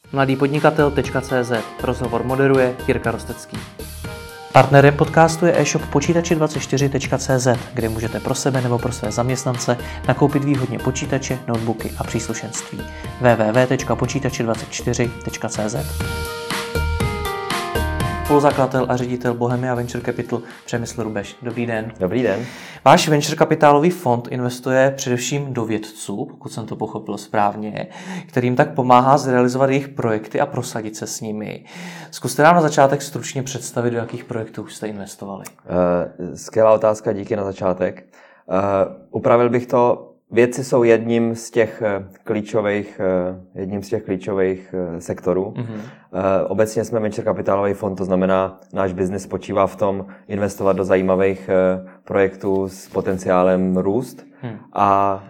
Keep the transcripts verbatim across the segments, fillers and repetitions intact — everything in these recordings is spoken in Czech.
mladýpodnikatel tečka cé zet. Rozhovor moderuje Jirka Rostecký. Partnerem podcastu je e-shop počítače dvacet čtyři tečka cé zet, kde můžete pro sebe nebo pro své zaměstnance nakoupit výhodně počítače, notebooky a příslušenství. w w w tečka počítače dvacet čtyři tečka cé zet. Spoluzakladatel a ředitel Bohemia Venture Capital Přemysl Rubeš. Dobrý den. Dobrý den. Váš venture kapitálový fond investuje především do vědců, pokud jsem to pochopil správně, kterým tak pomáhá zrealizovat jejich projekty a prosadit se s nimi. Zkuste nám na začátek stručně představit, do jakých projektů jste investovali. Uh, skvělá otázka, díky na začátek. Uh, upravil bych to. Vědci jsou jedním z těch klíčových, jedním z těch klíčových sektorů. Mm-hmm. Obecně jsme venture kapitálový fond, to znamená, náš biznis spočívá v tom investovat do zajímavých projektů s potenciálem růst. Mm. A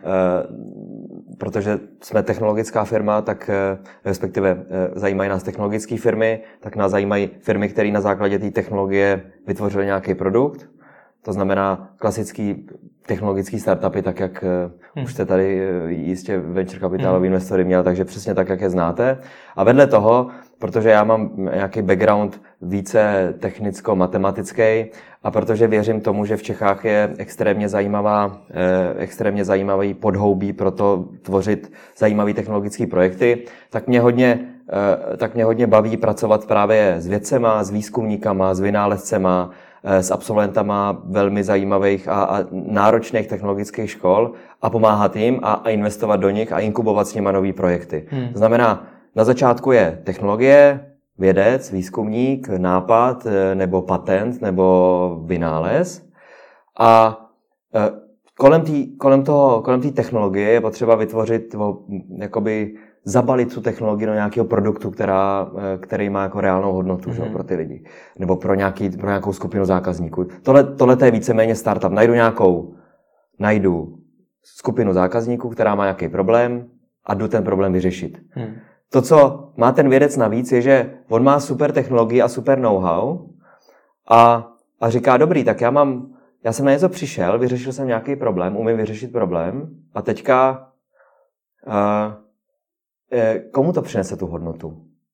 protože jsme technologická firma, tak respektive zajímají nás technologické firmy, tak nás zajímají firmy, které na základě té technologie vytvořily nějaký produkt. To znamená klasický technologický startupy, tak jak hmm. už jste tady jistě venture kapitálový hmm. investory měl, takže přesně tak, jak je znáte. A vedle toho, protože já mám nějaký background více technicko-matematický a protože věřím tomu, že v Čechách je extrémně zajímavá, extrémně zajímavý podhoubí pro to tvořit zajímavé technologické projekty, tak mě hodně tak mě hodně baví pracovat právě s vědcema, s výzkumníkama, s vynálezcema, s absolventama velmi zajímavých a, a náročných technologických škol a pomáhat jim a, a investovat do nich a inkubovat s nimi nový projekty. Hmm. To znamená, na začátku je technologie, vědec, výzkumník, nápad nebo patent nebo vynález a kolem té kolem toho, kolem té technologie je potřeba vytvořit jakoby zabalit tu technologii do nějakého produktu, která, který má jako reálnou hodnotu, mm-hmm. že, pro ty lidi. Nebo pro, nějaký, pro nějakou skupinu zákazníků. Tohle, tohle je víceméně startup. Najdu nějakou, najdu skupinu zákazníků, která má nějaký problém a jdu ten problém vyřešit. Mm. To, co má ten vědec navíc, je, že on má super technologii a super know-how a, a říká, dobrý, tak já mám, já jsem na něco přišel, vyřešil jsem nějaký problém, umím vyřešit problém a teďka uh, komu to přinese tu hodnotu?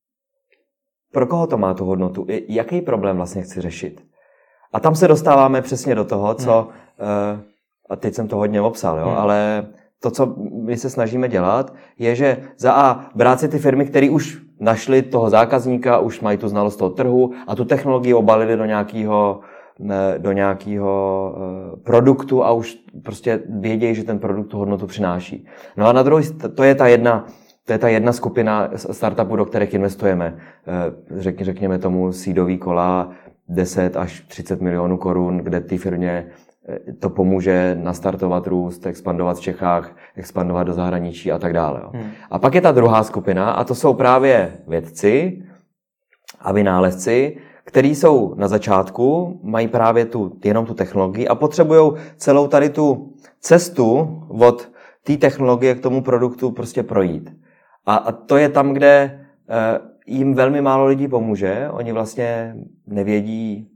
Pro koho to má tu hodnotu? Jaký problém vlastně chci řešit? A tam se dostáváme přesně do toho, co... Hmm. A teď jsem to hodně obsal, jo, hmm. ale to, co my se snažíme dělat, je, že za A brát si ty firmy, které už našly toho zákazníka, už mají tu znalost toho trhu a tu technologii obalili do nějakého do nějakého produktu a už prostě vědějí, že ten produkt tu hodnotu přináší. No a na druhou, to je ta jedna... To je ta jedna skupina startupů, do kterých investujeme. Řek, řekněme tomu seedový kola deset až třicet milionů korun, kde té firmě to pomůže nastartovat růst, expandovat v Čechách, expandovat do zahraničí a tak dále. Hmm. A pak je ta druhá skupina a to jsou právě vědci a vynálezci, kteří jsou na začátku, mají právě tu, jenom tu technologii a potřebují celou tady tu cestu od té technologie k tomu produktu prostě projít. A to je tam, kde jim velmi málo lidí pomůže. Oni vlastně nevědí,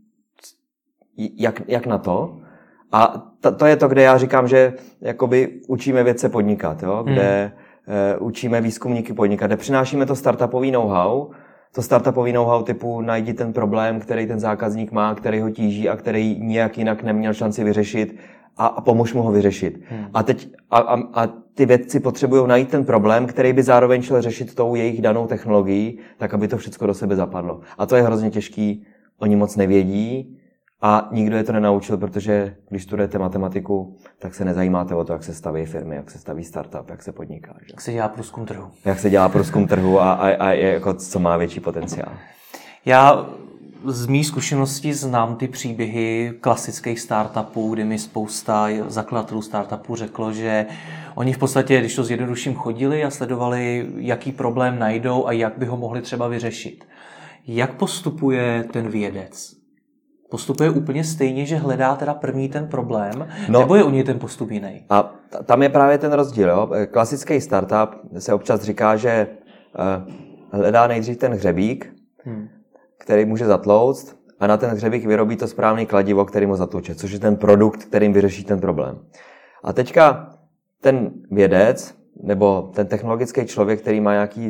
jak, jak na to. A to je to, kde já říkám, že jakoby učíme vědce podnikat, jo? Kde hmm. učíme výzkumníky podnikat, kde přinášíme to startupový know-how, to startupový know-how typu najdi ten problém, který ten zákazník má, který ho tíží a který nijak jinak neměl šanci vyřešit a, a pomož mu ho vyřešit. Hmm. A teď a, a, a ty vědci potřebují najít ten problém, který by zároveň šel řešit tou jejich danou technologií, tak aby to všechno do sebe zapadlo. A to je hrozně těžký, oni moc nevědí a nikdo je to nenaučil, protože když studujete matematiku, tak se nezajímáte o to, jak se staví firmy, jak se staví startup, jak se podniká. Že? Jak se dělá průzkum trhu. Jak se dělá průzkum trhu a, a, a jako, co má větší potenciál. Já z mých zkušeností znám ty příběhy klasických startupů, kdy mi spousta zakladatelů startupů řeklo, že oni v podstatě, když to zjednoduším, chodili a sledovali, jaký problém najdou a jak by ho mohli třeba vyřešit. Jak postupuje ten vědec? Postupuje úplně stejně, že hledá teda první ten problém, no, nebo je u něj ten postup jiný? A tam je právě ten rozdíl. Jo? Klasický startup se občas říká, že hledá nejdřív ten hřebík, hmm. který může zatlouct a na ten hřebík vyrobí to správný kladivo, který mu zatluče, což je ten produkt, kterým vyřeší ten problém. A teďka ten vědec nebo ten technologický člověk, který má nějaký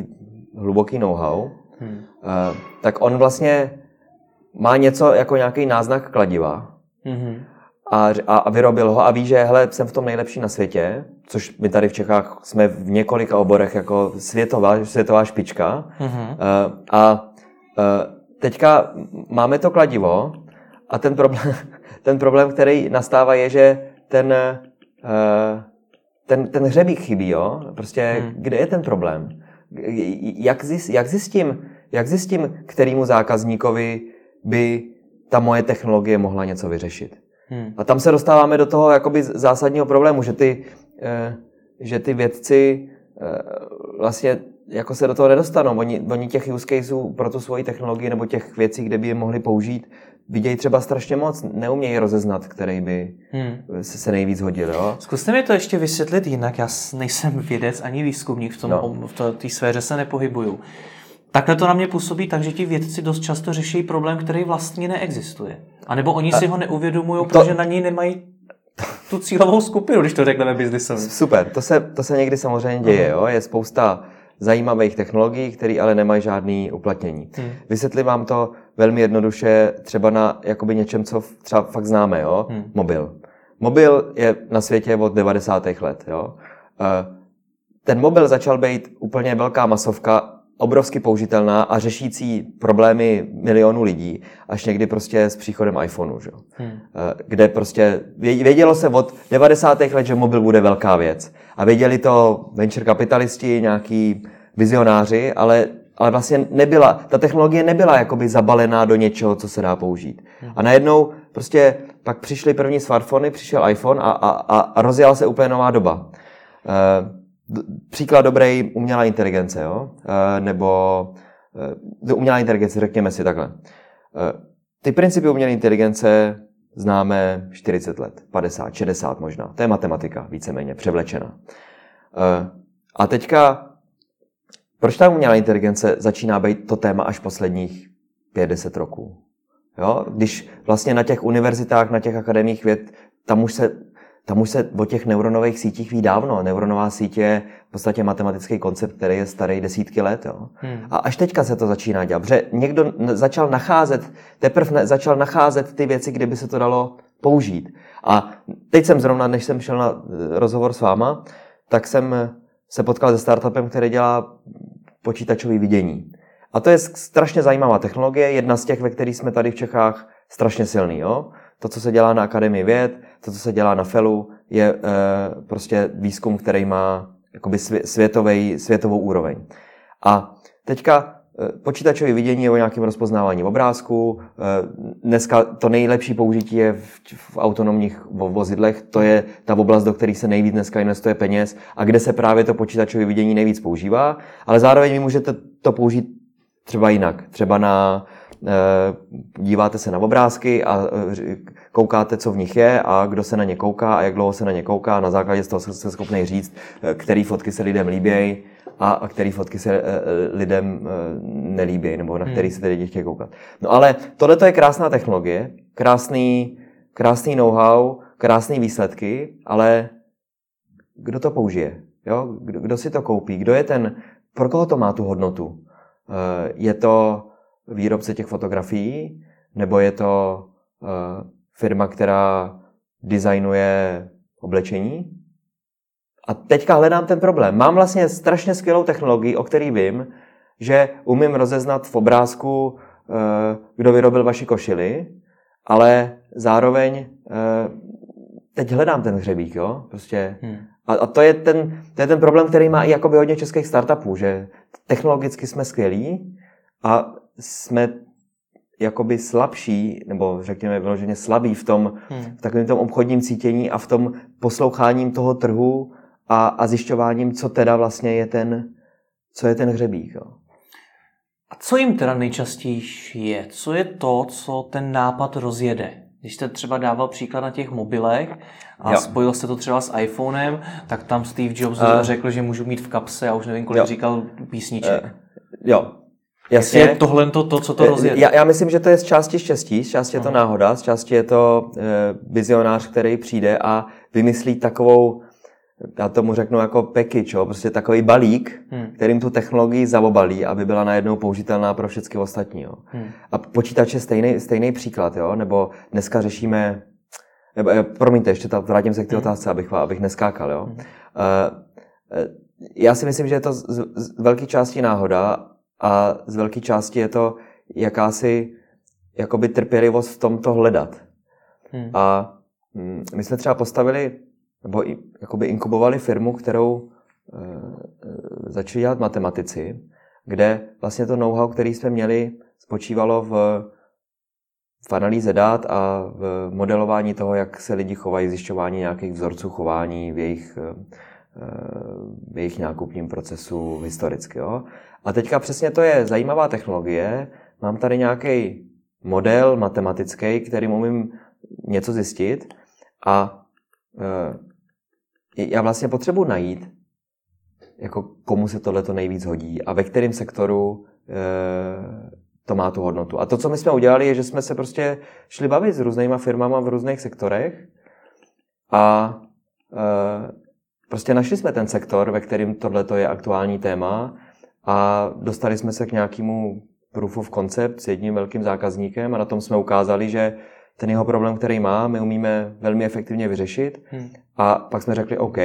hluboký know-how, hmm. uh, tak on vlastně má něco jako nějaký náznak kladiva hmm. a, a, a vyrobil ho a ví, že hele, jsem v tom nejlepší na světě, což my tady v Čechách jsme v několika oborech jako světová, světová špička. Hmm. Uh, a uh, teďka máme to kladivo a ten problém, ten problém, který nastává, je, že ten, uh, ten, ten hřebík chybí, jo? Prostě hmm. kde je ten problém? Jak, zjist, jak, zjistím, jak zjistím, kterému zákazníkovi by ta moje technologie mohla něco vyřešit? Hmm. A tam se dostáváme do toho jakoby zásadního problému, že ty, uh, že ty vědci uh, vlastně jako se do toho nedostanou. Oni, oni těch use caseů pro tu svoji technologii nebo těch věcí, kde by je mohli použít, vidějí třeba strašně moc, neumějí rozeznat, který by hmm. se nejvíc hodil. Jo? Zkuste mi to ještě vysvětlit jinak. Já nejsem vědec ani výzkumník, v, tom, no. v té sféře se nepohybuju. Takhle to na mě působí tak, že ti vědci dost často řeší problém, který vlastně neexistuje. A nebo oni si ho neuvědomují, to... protože na něj nemají tu cílovou skupinu, když to řekneme biznisově. Super, to se, to se někdy samozřejmě děje. Jo? Je spousta zajímavých technologií, které ale nemají žádný uplatnění. Hmm. Vysvětlím vám to velmi jednoduše třeba na jakoby něčem, co třeba fakt známe. Jo? Hmm. Mobil. Mobil je na světě od devadesátých let. Jo? Ten mobil začal být úplně velká masovka, obrovsky použitelná a řešící problémy milionů lidí, až někdy prostě s příchodem iPhoneu. Že? Hmm. Kde prostě vědělo se od devadesátých let, že mobil bude velká věc. A věděli to venture kapitalisti, nějaký vizionáři, ale, ale vlastně nebyla, ta technologie nebyla jakoby zabalená do něčeho, co se dá použít. Hmm. A najednou prostě pak přišly první smartfony, přišel iPhone a, a, a rozjela se úplně nová doba. Příklad dobrý, umělá inteligence, jo? Nebo umělá inteligence, řekněme si takhle. Ty principy umělé inteligence známe čtyřicet let, padesát, šedesát možná. To je matematika, víceméně, převlečená. A teďka, proč ta umělá inteligence začíná být to téma až posledních pět deset roků? Jo? Když vlastně na těch univerzitách, na těch akademiích věd, tam už se Tam už se o těch neuronových sítích ví dávno. Neuronová síť je v podstatě matematický koncept, který je starý desítky let. Jo. Hmm. A až teďka se to začíná dělat. Protože někdo začal nacházet, teprve začal nacházet ty věci, kde by se to dalo použít. A teď jsem zrovna, než jsem šel na rozhovor s váma, tak jsem se potkal se startupem, který dělá počítačové vidění. A to je strašně zajímavá technologie, jedna z těch, ve kterých jsme tady v Čechách strašně silný. Jo. To, co se dělá na Akademii věd, to, co se dělá na Felu, je e, prostě výzkum, který má jakoby světovej, světovou úroveň. A teďka e, počítačové vidění je o nějakém rozpoznávání obrázků. E, dneska to nejlepší použití je v, v autonomních vozidlech. To je ta oblast, do které se nejvíc dneska investuje peněz a kde se právě to počítačové vidění nejvíc používá. Ale zároveň vy můžete to použít třeba jinak. Třeba na díváte se na obrázky a koukáte, co v nich je a kdo se na ně kouká a jak dlouho se na ně kouká. Na základě z toho jste schopný říct, který fotky se lidem líbějí a který fotky se lidem nelíbějí, nebo na který se tedy lidi chtějí koukat. No ale tohle je krásná technologie, krásný, krásný know-how, krásné výsledky, ale kdo to použije? Jo? Kdo, kdo si to koupí? Kdo je ten, pro koho to má tu hodnotu? Je to výrobce těch fotografií, nebo je to uh, firma, která designuje oblečení? A teďka hledám ten problém. Mám vlastně strašně skvělou technologii, o který vím, že umím rozeznat v obrázku, uh, kdo vyrobil vaši košili, ale zároveň uh, teď hledám ten hřebík, jo? Prostě. Hmm. A, a to je ten, to je ten problém, který má i jakoby hodně českých startupů, že technologicky jsme skvělí a jsme jakoby slabší, nebo řekněme vyloženě slabí v tom, hmm. v takovém tom obchodním cítění a v tom posloucháním toho trhu a, a zjišťováním, co teda vlastně je ten, co je ten hřebík. Jo. A co jim teda nejčastěji je? Co je to, co ten nápad rozjede? Když jste třeba dával příklad na těch mobilech a jo. spojil jste to třeba s iPhonem, tak tam Steve Jobs uh, řekl, že můžu mít v kapse a už nevím, kolik jo. říkal písniček. Uh, jo. Jasně. Je tohle to, to, co to rozjede? Já, já myslím, že to je z části štěstí, z části je to náhoda, z části je to e, vizionář, který přijde a vymyslí takovou, já tomu řeknu jako package, jo? Prostě takový balík, hmm. kterým tu technologii zaobalí, aby byla najednou použitelná pro všechny ostatní. Jo? Hmm. A počítač je stejný, stejný příklad, jo? Nebo dneska řešíme, nebo, promiňte, ještě ta, vrátím se k té hmm. otázce, abych, abych neskákal. Jo? Hmm. Uh, já si myslím, že je to z, z velké části náhoda a z velké části je to jakási jakoby trpělivost v tom to hledat. Hmm. A mm, my jsme třeba postavili nebo i, jakoby inkubovali firmu, kterou e, e, začali dělat matematici, kde vlastně to know-how, který jsme měli, spočívalo v, v analýze dat a v modelování toho, jak se lidi chovají, zjišťování nějakých vzorců chování v jejich, e, v jejich nákupním procesu historicky. Jo? A teďka přesně to je zajímavá technologie. Mám tady nějaký model matematický, kterým umím něco zjistit a e, já vlastně potřebuji najít, jako komu se tohleto nejvíc hodí a ve kterém sektoru e, to má tu hodnotu. A to, co my jsme udělali, je, že jsme se prostě šli bavit s různýma firmama v různých sektorech a e, prostě našli jsme ten sektor, ve kterém tohleto je aktuální téma a dostali jsme se k nějakému proof of concept s jedním velkým zákazníkem a na tom jsme ukázali, že ten jeho problém, který má, my umíme velmi efektivně vyřešit. Hmm. A pak jsme řekli, OK,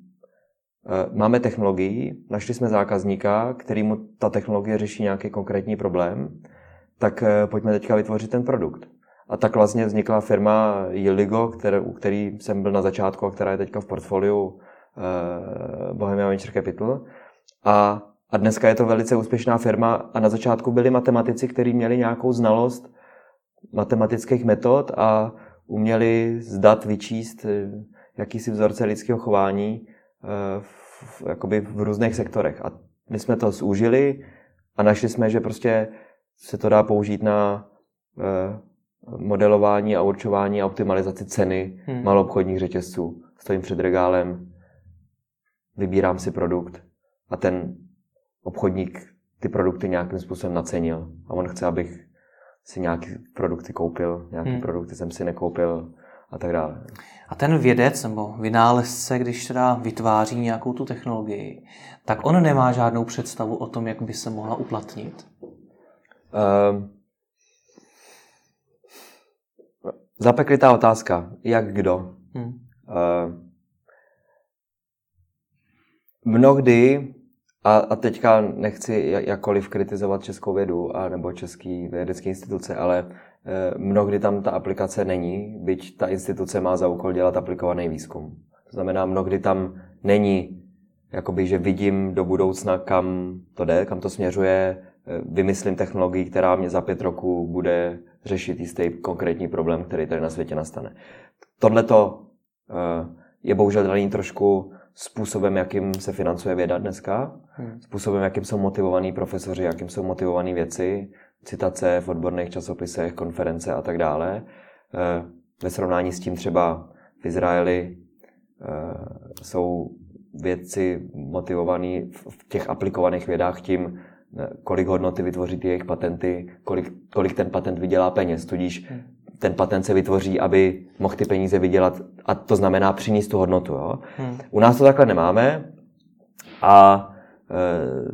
máme technologii, našli jsme zákazníka, kterýmu ta technologie řeší nějaký konkrétní problém, tak pojďme teďka vytvořit ten produkt. A tak vlastně vznikla firma Yildigo, které, u který jsem byl na začátku a která je teďka v portfoliu eh, Bohemia Venture Capital. A, a dneska je to velice úspěšná firma a na začátku byli matematici, kteří měli nějakou znalost matematických metod a uměli z dat vyčíst jakýsi vzorce lidského chování v, jakoby v různých sektorech. A my jsme to zúžili a našli jsme, že prostě se to dá použít na modelování a určování a optimalizaci ceny hmm. maloobchodních řetězců. Stojím před regálem, vybírám si produkt a ten obchodník ty produkty nějakým způsobem nacenil. A on chce, abych si nějaké produkty koupil, nějaké hmm. produkty jsem si nekoupil a tak dále. A ten vědec nebo vynálezce, když teda vytváří nějakou tu technologii, tak on nemá žádnou představu o tom, jak by se mohla uplatnit? Uh, zapeklitá otázka. Jak kdo? Hmm. Uh, mnohdy, a, a teďka nechci jakkoliv kritizovat českou vědu a nebo český vědecké instituce, ale eh, mnohdy tam ta aplikace není, byť ta instituce má za úkol dělat aplikovaný výzkum. To znamená, mnohdy tam není, jakoby, že vidím do budoucna, kam to jde, kam to směřuje, vymyslím technologii, která mě za pět roků bude řešit jistý konkrétní problém, který tady na světě nastane. Tohleto eh, je bohužel daný trošku způsobem, jakým se financuje věda dneska, hmm. způsobem, jakým jsou motivovaní profesoři, jakým jsou motivovaní věci, citace v odborných časopisech, konference a tak dále. Ve srovnání s tím třeba v Izraeli jsou vědci motivovaní v těch aplikovaných vědách tím, kolik hodnoty vytvoří ty jejich patenty, kolik, kolik ten patent vydělá peněz, tudíž hmm. ten patent se vytvoří, aby mohl ty peníze vydělat a to znamená přinést tu hodnotu. Jo? Hmm. U nás to takhle nemáme a e,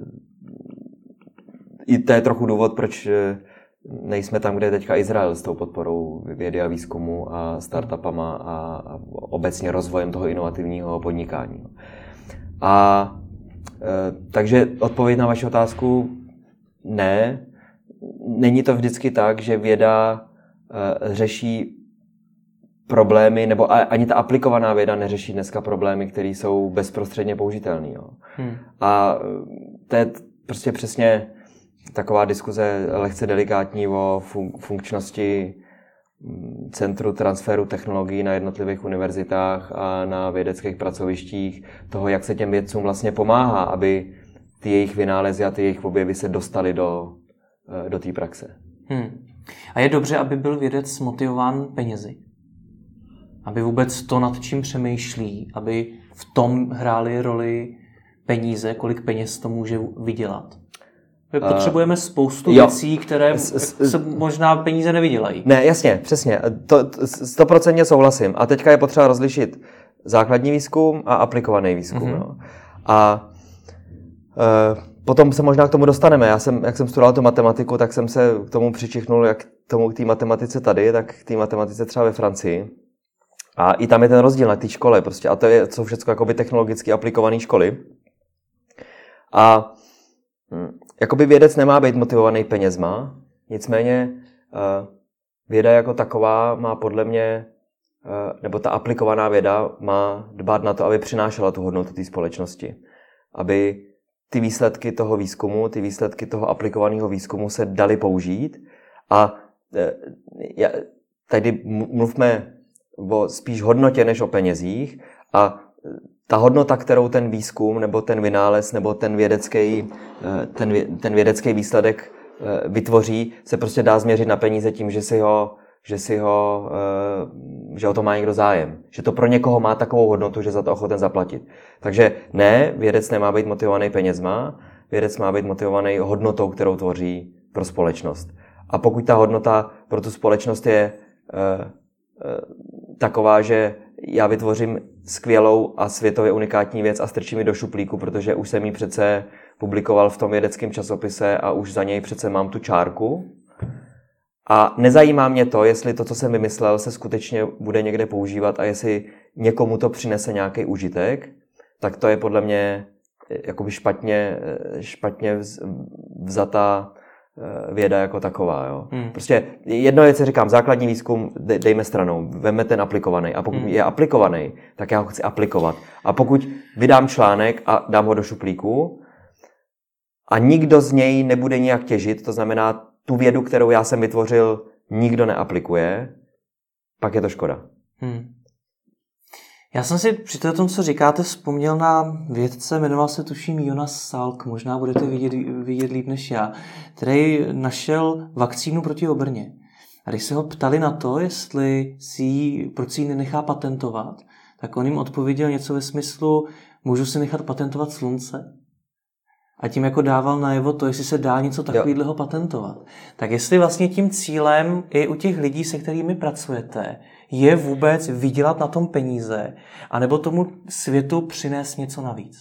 i to je trochu důvod, proč nejsme tam, kde je teďka Izrael s tou podporou vědy a výzkumu a startupama a, a obecně rozvojem toho inovativního podnikání. A e, takže odpověď na vaši otázku ne. Není to vždycky tak, že věda řeší problémy, nebo ani ta aplikovaná věda neřeší dneska problémy, které jsou bezprostředně použitelné. Hmm. A to je prostě přesně taková diskuze lehce delikátní o fun- funkčnosti centru transferu technologií na jednotlivých univerzitách a na vědeckých pracovištích, toho, jak se těm vědcům vlastně pomáhá, aby ty jejich vynálezy a ty jejich objevy se dostaly do, do té praxe. Hmm. A je dobře, aby byl vědec motivován penězi? Aby vůbec to, nad čím přemýšlí, aby v tom hrály roli peníze, kolik peněz to může vydělat? Potřebujeme spoustu uh, věcí, které s, s, se možná peníze nevydělají. Ne, jasně, přesně. To stoprocentně souhlasím. A teďka je potřeba rozlišit základní výzkum a aplikovaný výzkum. Mm-hmm. Jo. A e, potom se možná k tomu dostaneme. Já jsem, jak jsem studoval tu matematiku, tak jsem se k tomu přičichnul, jak tomu k té matematice tady, tak k té matematice třeba ve Francii. A i tam je ten rozdíl na té škole. Prostě. A to je, jsou všechno jakoby technologicky aplikované školy. A hm, jakoby vědec nemá být motivovaný penězma, nicméně e, věda jako taková má podle mě, nebo ta aplikovaná věda má dbát na to, aby přinášela tu hodnotu té společnosti. Aby ty výsledky toho výzkumu, ty výsledky toho aplikovaného výzkumu se daly použít. A tady mluvme o spíš hodnotě než o penězích. A ta hodnota, kterou ten výzkum, nebo ten vynález, nebo ten vědecký, ten, ten vědecký výsledek vytvoří, se prostě dá změřit na peníze tím, že si ho, že si ho, že o to má někdo zájem. Že to pro někoho má takovou hodnotu, že za to ochoten zaplatit. Takže ne, vědec nemá být motivovaný penězma, vědec má být motivovaný hodnotou, kterou tvoří pro společnost. A pokud ta hodnota pro tu společnost je uh, uh, taková, že já vytvořím skvělou a světově unikátní věc a strčím ji do šuplíku, protože už jsem ji přece publikoval v tom vědeckém časopise a už za něj přece mám tu čárku. A nezajímá mě to, jestli to, co jsem vymyslel, se skutečně bude někde používat a jestli někomu to přinese nějaký užitek, tak to je podle mě jakoby špatně, špatně vzatá věda jako taková. Jo. Hmm. Prostě jedno je, co říkám, základní výzkum dejme stranou, veme ten aplikovaný. A pokud hmm. je aplikovaný, tak já ho chci aplikovat. A pokud vydám článek a dám ho do šuplíku a nikdo z něj nebude nijak těžit, to znamená, tu vědu, kterou já jsem vytvořil, nikdo neaplikuje, pak je to škoda. Hmm. Já jsem si při tom, co říkáte, vzpomněl na vědce, jmenoval se tuším Jonas Salk, možná budete vidět, vidět líp než já, který našel vakcínu proti obrně. A když se ho ptali na to, jestli si ji, proč si ji nenechá patentovat, tak on jim odpověděl něco ve smyslu, můžu si nechat patentovat slunce. A tím jako dával najevo to, jestli se dá něco takového patentovat. Tak jestli vlastně tím cílem i u těch lidí, se kterými pracujete, je vůbec vydělat na tom peníze, anebo tomu světu přinést něco navíc?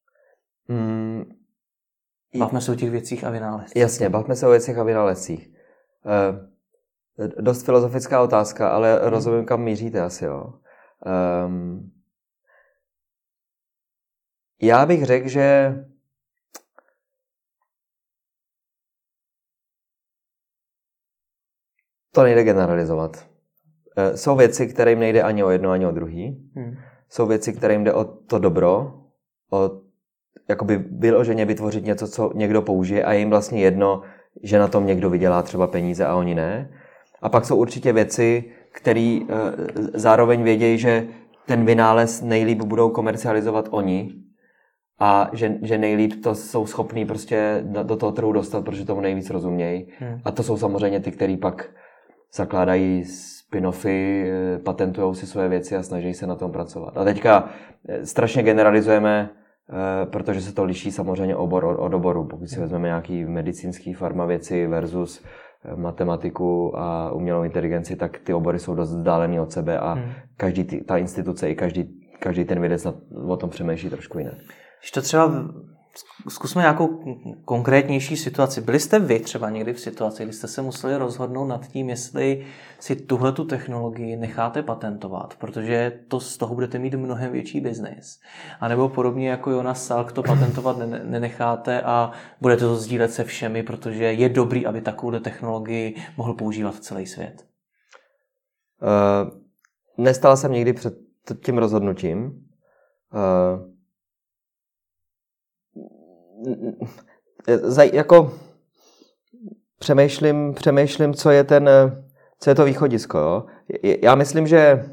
Hmm. Bavme se o těch věcích a vynálezcích. Jasně, bavme se o věcech a vynálezcích. Eh, dost filozofická otázka, ale hmm. rozumím, kam míříte asi. Jo. Eh, já bych řekl, že to nejde generalizovat. Jsou věci, kterým nejde ani o jedno, ani o druhý. Hmm. Jsou věci, kterým jde o to dobro, o jakoby vyloženě vytvořit něco, co někdo použije a je jim vlastně jedno, že na tom někdo vydělá třeba peníze a oni ne. A pak jsou určitě věci, které e, zároveň vědějí, že ten vynález nejlíp budou komercializovat oni a že, že nejlíp to jsou schopní prostě do toho trhu dostat, protože tomu nejvíc rozumějí. Hmm. A to jsou samozřejmě ty, který pak zakládají spin-offy, patentujou si své věci a snaží se na tom pracovat. A teďka strašně generalizujeme, protože se to liší samozřejmě obor od oboru. Pokud si vezmeme nějaký medicínský farma věci versus matematiku a umělou inteligenci, tak ty obory jsou dost vzdálený od sebe a hmm. každý ty, ta instituce i každý, každý ten vědec o tom přemýšlí trošku jinak. Když to třeba zkusme nějakou konkrétnější situaci. Byli jste vy třeba někdy v situaci, kdy jste se museli rozhodnout nad tím, jestli si tuhletu technologii necháte patentovat, protože to z toho budete mít mnohem větší biznis. A nebo podobně jako Jonas Salk to patentovat nenecháte a budete to sdílet se všemi, protože je dobrý, aby takovou technologii mohl používat celý svět. Uh, nestal jsem někdy před tím rozhodnutím. Uh, jako přemýšlím, přemýšlím, co je ten, co je to východisko. Jo? Já myslím, že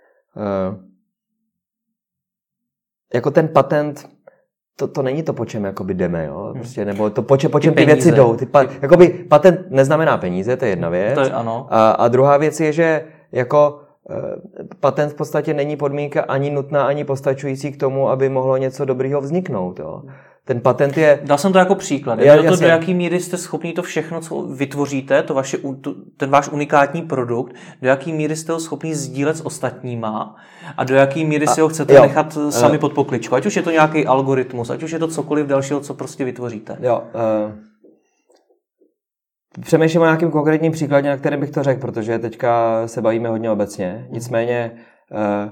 jako ten patent, to, to není to, po čem jakoby jdeme, jo? Prostě, nebo to, po, če, po čem ty, ty věci jdou. Ty pa, jakoby patent neznamená peníze, to je jedna věc. To je, ano. A, a druhá věc je, že jako patent v podstatě není podmínka ani nutná, ani postačující k tomu, aby mohlo něco dobrýho vzniknout. Jo. ten patent je... Dal jsem to jako příklad. Já, to, jasně. do jaký míry jste schopni to všechno, co vytvoříte, to vaše, ten váš unikátní produkt, do jaký míry jste ho schopni sdílet s ostatníma a do jaký míry si ho chcete jo. nechat sami pod pokličkou. Ať už je to nějaký algoritmus, ať už je to cokoliv dalšího, co prostě vytvoříte. Jo. Uh, přemýšlím o nějakým konkrétním příkladě, na kterém bych to řekl, protože teďka se bavíme hodně obecně. Nicméně uh,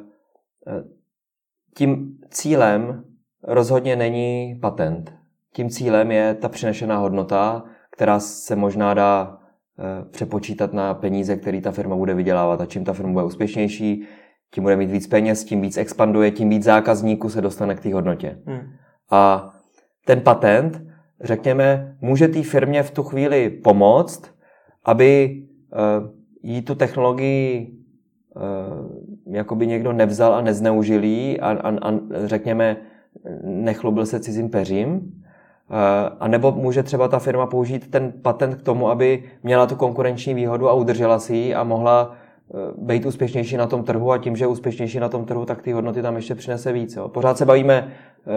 tím cílem rozhodně není patent. Tím cílem je ta přinešená hodnota, která se možná dá e, přepočítat na peníze, které ta firma bude vydělávat. A čím ta firma bude úspěšnější, tím bude mít víc peněz, tím víc expanduje, tím víc zákazníků se dostane k té hodnotě. Hmm. A ten patent, řekněme, může té firmě v tu chvíli pomoct, aby e, jí tu technologii e, jakoby někdo nevzal a nezneužil jí a, a, a řekněme, nechlubil se cizím peřím, a nebo může třeba ta firma použít ten patent k tomu, aby měla tu konkurenční výhodu a udržela si ji a mohla být úspěšnější na tom trhu a tím, že je úspěšnější na tom trhu, tak ty hodnoty tam ještě přinese víc. Jo. Pořád se bavíme,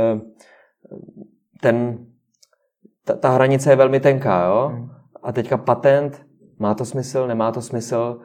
ten, ta, ta hranice je velmi tenká. Jo? A teďka patent, má to smysl, nemá to smysl.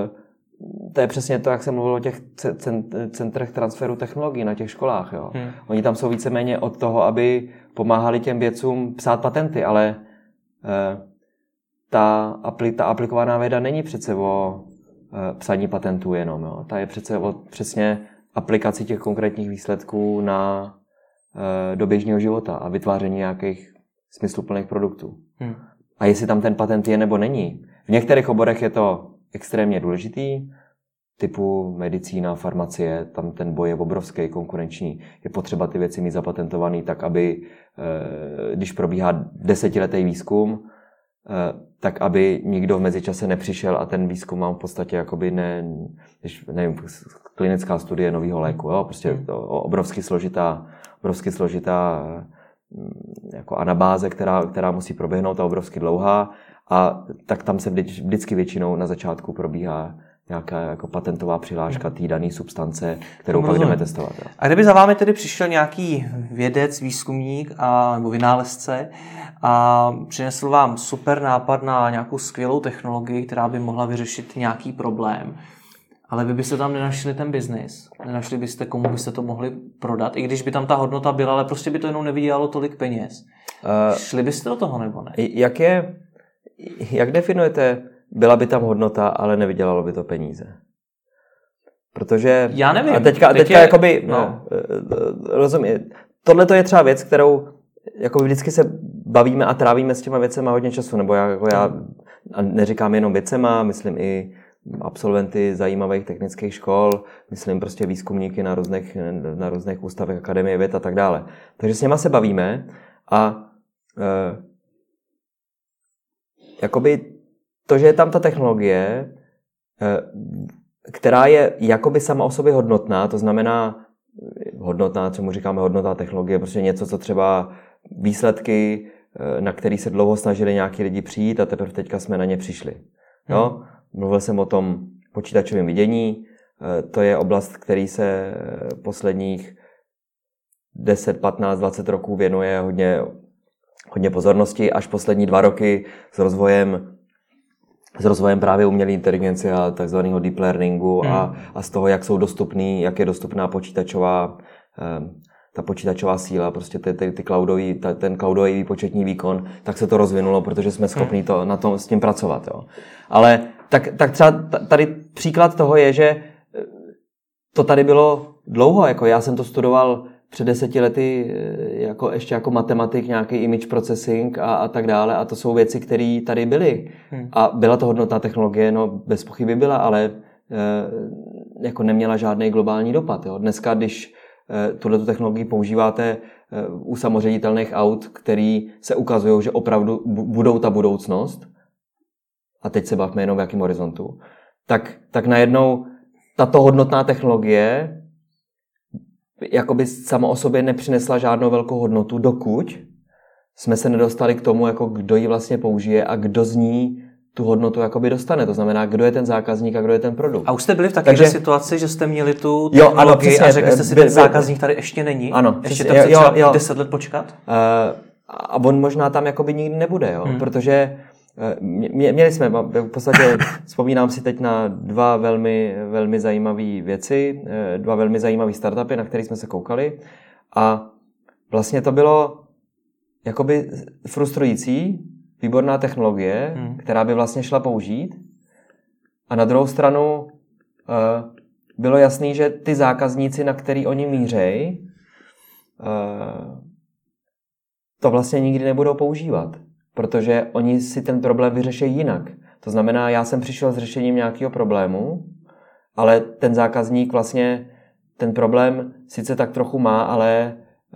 To je přesně to, jak jsem mluvil o těch centrech transferu technologií na těch školách. Jo. Hmm. Oni tam jsou víceméně od toho, aby pomáhali těm vědcům psát patenty, ale eh, ta, apli, ta aplikovaná věda není přece o eh, psaní patentů jenom. Jo. Ta je přece o přesně aplikaci těch konkrétních výsledků na, eh, do běžného života a vytváření nějakých smysluplných produktů. Hmm. A jestli tam ten patent je nebo není. V některých oborech je to extrémně důležitý, typu medicína, farmacie, tam ten boj je obrovský, konkurenční. Je potřeba ty věci mít zapatentovaný tak, aby, když probíhá desetiletý výzkum, tak aby nikdo v mezičase nepřišel a ten výzkum má v podstatě jakoby ne, nevím, klinická studie nového léku, jo? Prostě to obrovsky složitá, obrovsky složitá jako anabáze, která, která musí proběhnout a obrovsky dlouhá. A tak tam se vždy, vždycky většinou na začátku probíhá nějaká jako patentová přihláška té dané substance, kterou pak jdeme testovat. Jo. A kdyby za vámi tedy přišel nějaký vědec, výzkumník a, nebo vynálezce a přinesl vám super nápad na nějakou skvělou technologii, která by mohla vyřešit nějaký problém, ale vy byste tam nenašli ten biznis, nenašli byste, komu byste to mohli prodat, i když by tam ta hodnota byla, ale prostě by to jenom nevydělalo tolik peněz. Uh, Šli byste do toho nebo ne? Jak je... Jak definujete, byla by tam hodnota, ale nevydělalo by to peníze? Protože... Já nevím. A teďka, Teď teďka je... jakoby... No. Rozumím. Tohle to je třeba věc, kterou jakoby vždycky se bavíme a trávíme s těma věcema hodně času. Nebo já, jako já a neříkám jenom věcema, myslím i absolventy zajímavých technických škol, myslím prostě výzkumníky na různých, na různých ústavech Akademie věd a tak dále. Takže s něma se bavíme a... E, jakoby to, že je tam ta technologie, která je jakoby sama o sobě hodnotná, to znamená hodnotná, čemu říkáme hodnotná technologie, prostě něco, co třeba výsledky, na který se dlouho snažili nějaký lidi přijít a teprve teďka jsme na ně přišli. Jo? Mluvil jsem o tom počítačovém vidění, to je oblast, který se posledních deset, patnáct, dvacet roků věnuje hodně hodně pozornosti, až poslední dva roky s rozvojem, s rozvojem právě umělé inteligence a takzvaného deep learningu hmm. a, a z toho, jak jsou dostupný, jak je dostupná počítačová, ta počítačová síla, prostě ty, ty, ty cloudový, ta, ten cloudový výpočetní výkon, tak se to rozvinulo, protože jsme schopni to, na tom, s tím pracovat. Jo. Ale tak, tak třeba tady příklad toho je, že to tady bylo dlouho, jako já jsem to studoval před deseti lety jako, ještě jako matematik, nějaký image processing a, a tak dále. A to jsou věci, které tady byly. Hmm. A byla to hodnotná technologie, no bez pochyby byla, ale e, jako neměla žádný globální dopad. Jo. Dneska, když e, tuhletu technologii používáte e, u samoředitelných aut, který se ukazují, že opravdu budou ta budoucnost, a teď se bavíme jenom v jakém horizontu, tak, tak najednou tato hodnotná technologie jakoby sama o sobě nepřinesla žádnou velkou hodnotu, dokud jsme se nedostali k tomu, jako kdo ji vlastně použije a kdo z ní tu hodnotu jakoby dostane. To znamená, kdo je ten zákazník a kdo je ten produkt. A už jste byli v takové Takže... situaci, že jste měli tu technologii jo, ano, přesně, a řekli jste si, že ten zákazník tady ještě není? Ano. Ještě tam chce třeba jo, deset let počkat? Uh, a on možná tam jakoby nikdy nebude, jo? Hmm. Protože Mě, měli jsme, v podstatě vzpomínám si teď na dva velmi, velmi zajímavé věci, dva velmi zajímavé startupy, na které jsme se koukali a vlastně to bylo jakoby frustrující, výborná technologie, hmm. která by vlastně šla použít a na druhou stranu bylo jasný, že ty zákazníci, na který oni mířejí, to vlastně nikdy nebudou používat. Protože oni si ten problém vyřeší jinak. To znamená, já jsem přišel s řešením nějakého problému, ale ten zákazník vlastně ten problém sice tak trochu má, ale e,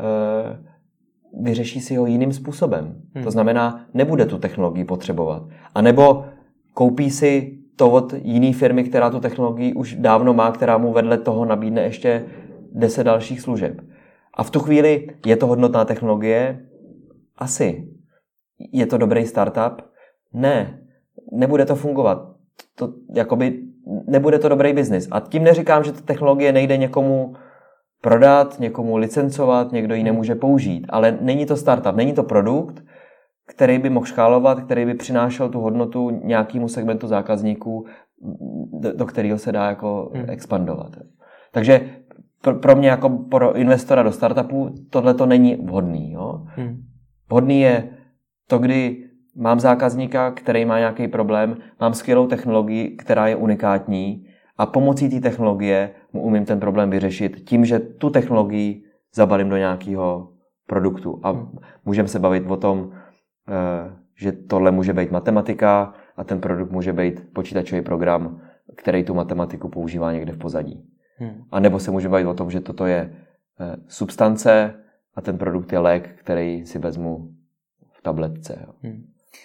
vyřeší si ho jiným způsobem. Hmm. To znamená, nebude tu technologii potřebovat. A nebo koupí si to od jiné firmy, která tu technologii už dávno má, která mu vedle toho nabídne ještě deset dalších služeb. A v tu chvíli je to hodnotná technologie? Asi. Je to dobrý startup? Ne. Nebude to fungovat. To, jakoby, nebude to dobrý biznis. A tím neříkám, že ta technologie nejde někomu prodat, někomu licencovat, někdo ji nemůže použít. Ale není to startup, není to produkt, který by mohl škálovat, který by přinášel tu hodnotu nějakému segmentu zákazníků, do, do kterého se dá jako hmm. expandovat. Takže pro, pro mě jako pro investora do startupu tohle to není vhodný. Jo? Hmm. Vhodný je to, kdy mám zákazníka, který má nějaký problém, mám skvělou technologii, která je unikátní a pomocí té technologie mu umím ten problém vyřešit tím, že tu technologii zabalím do nějakého produktu. A můžeme se bavit o tom, že tohle může být matematika a ten produkt může být počítačový program, který tu matematiku používá někde v pozadí. Hmm. A nebo se může bavit o tom, že toto je substance a ten produkt je lék, který si vezmu v tabletce. Jo. Hmm.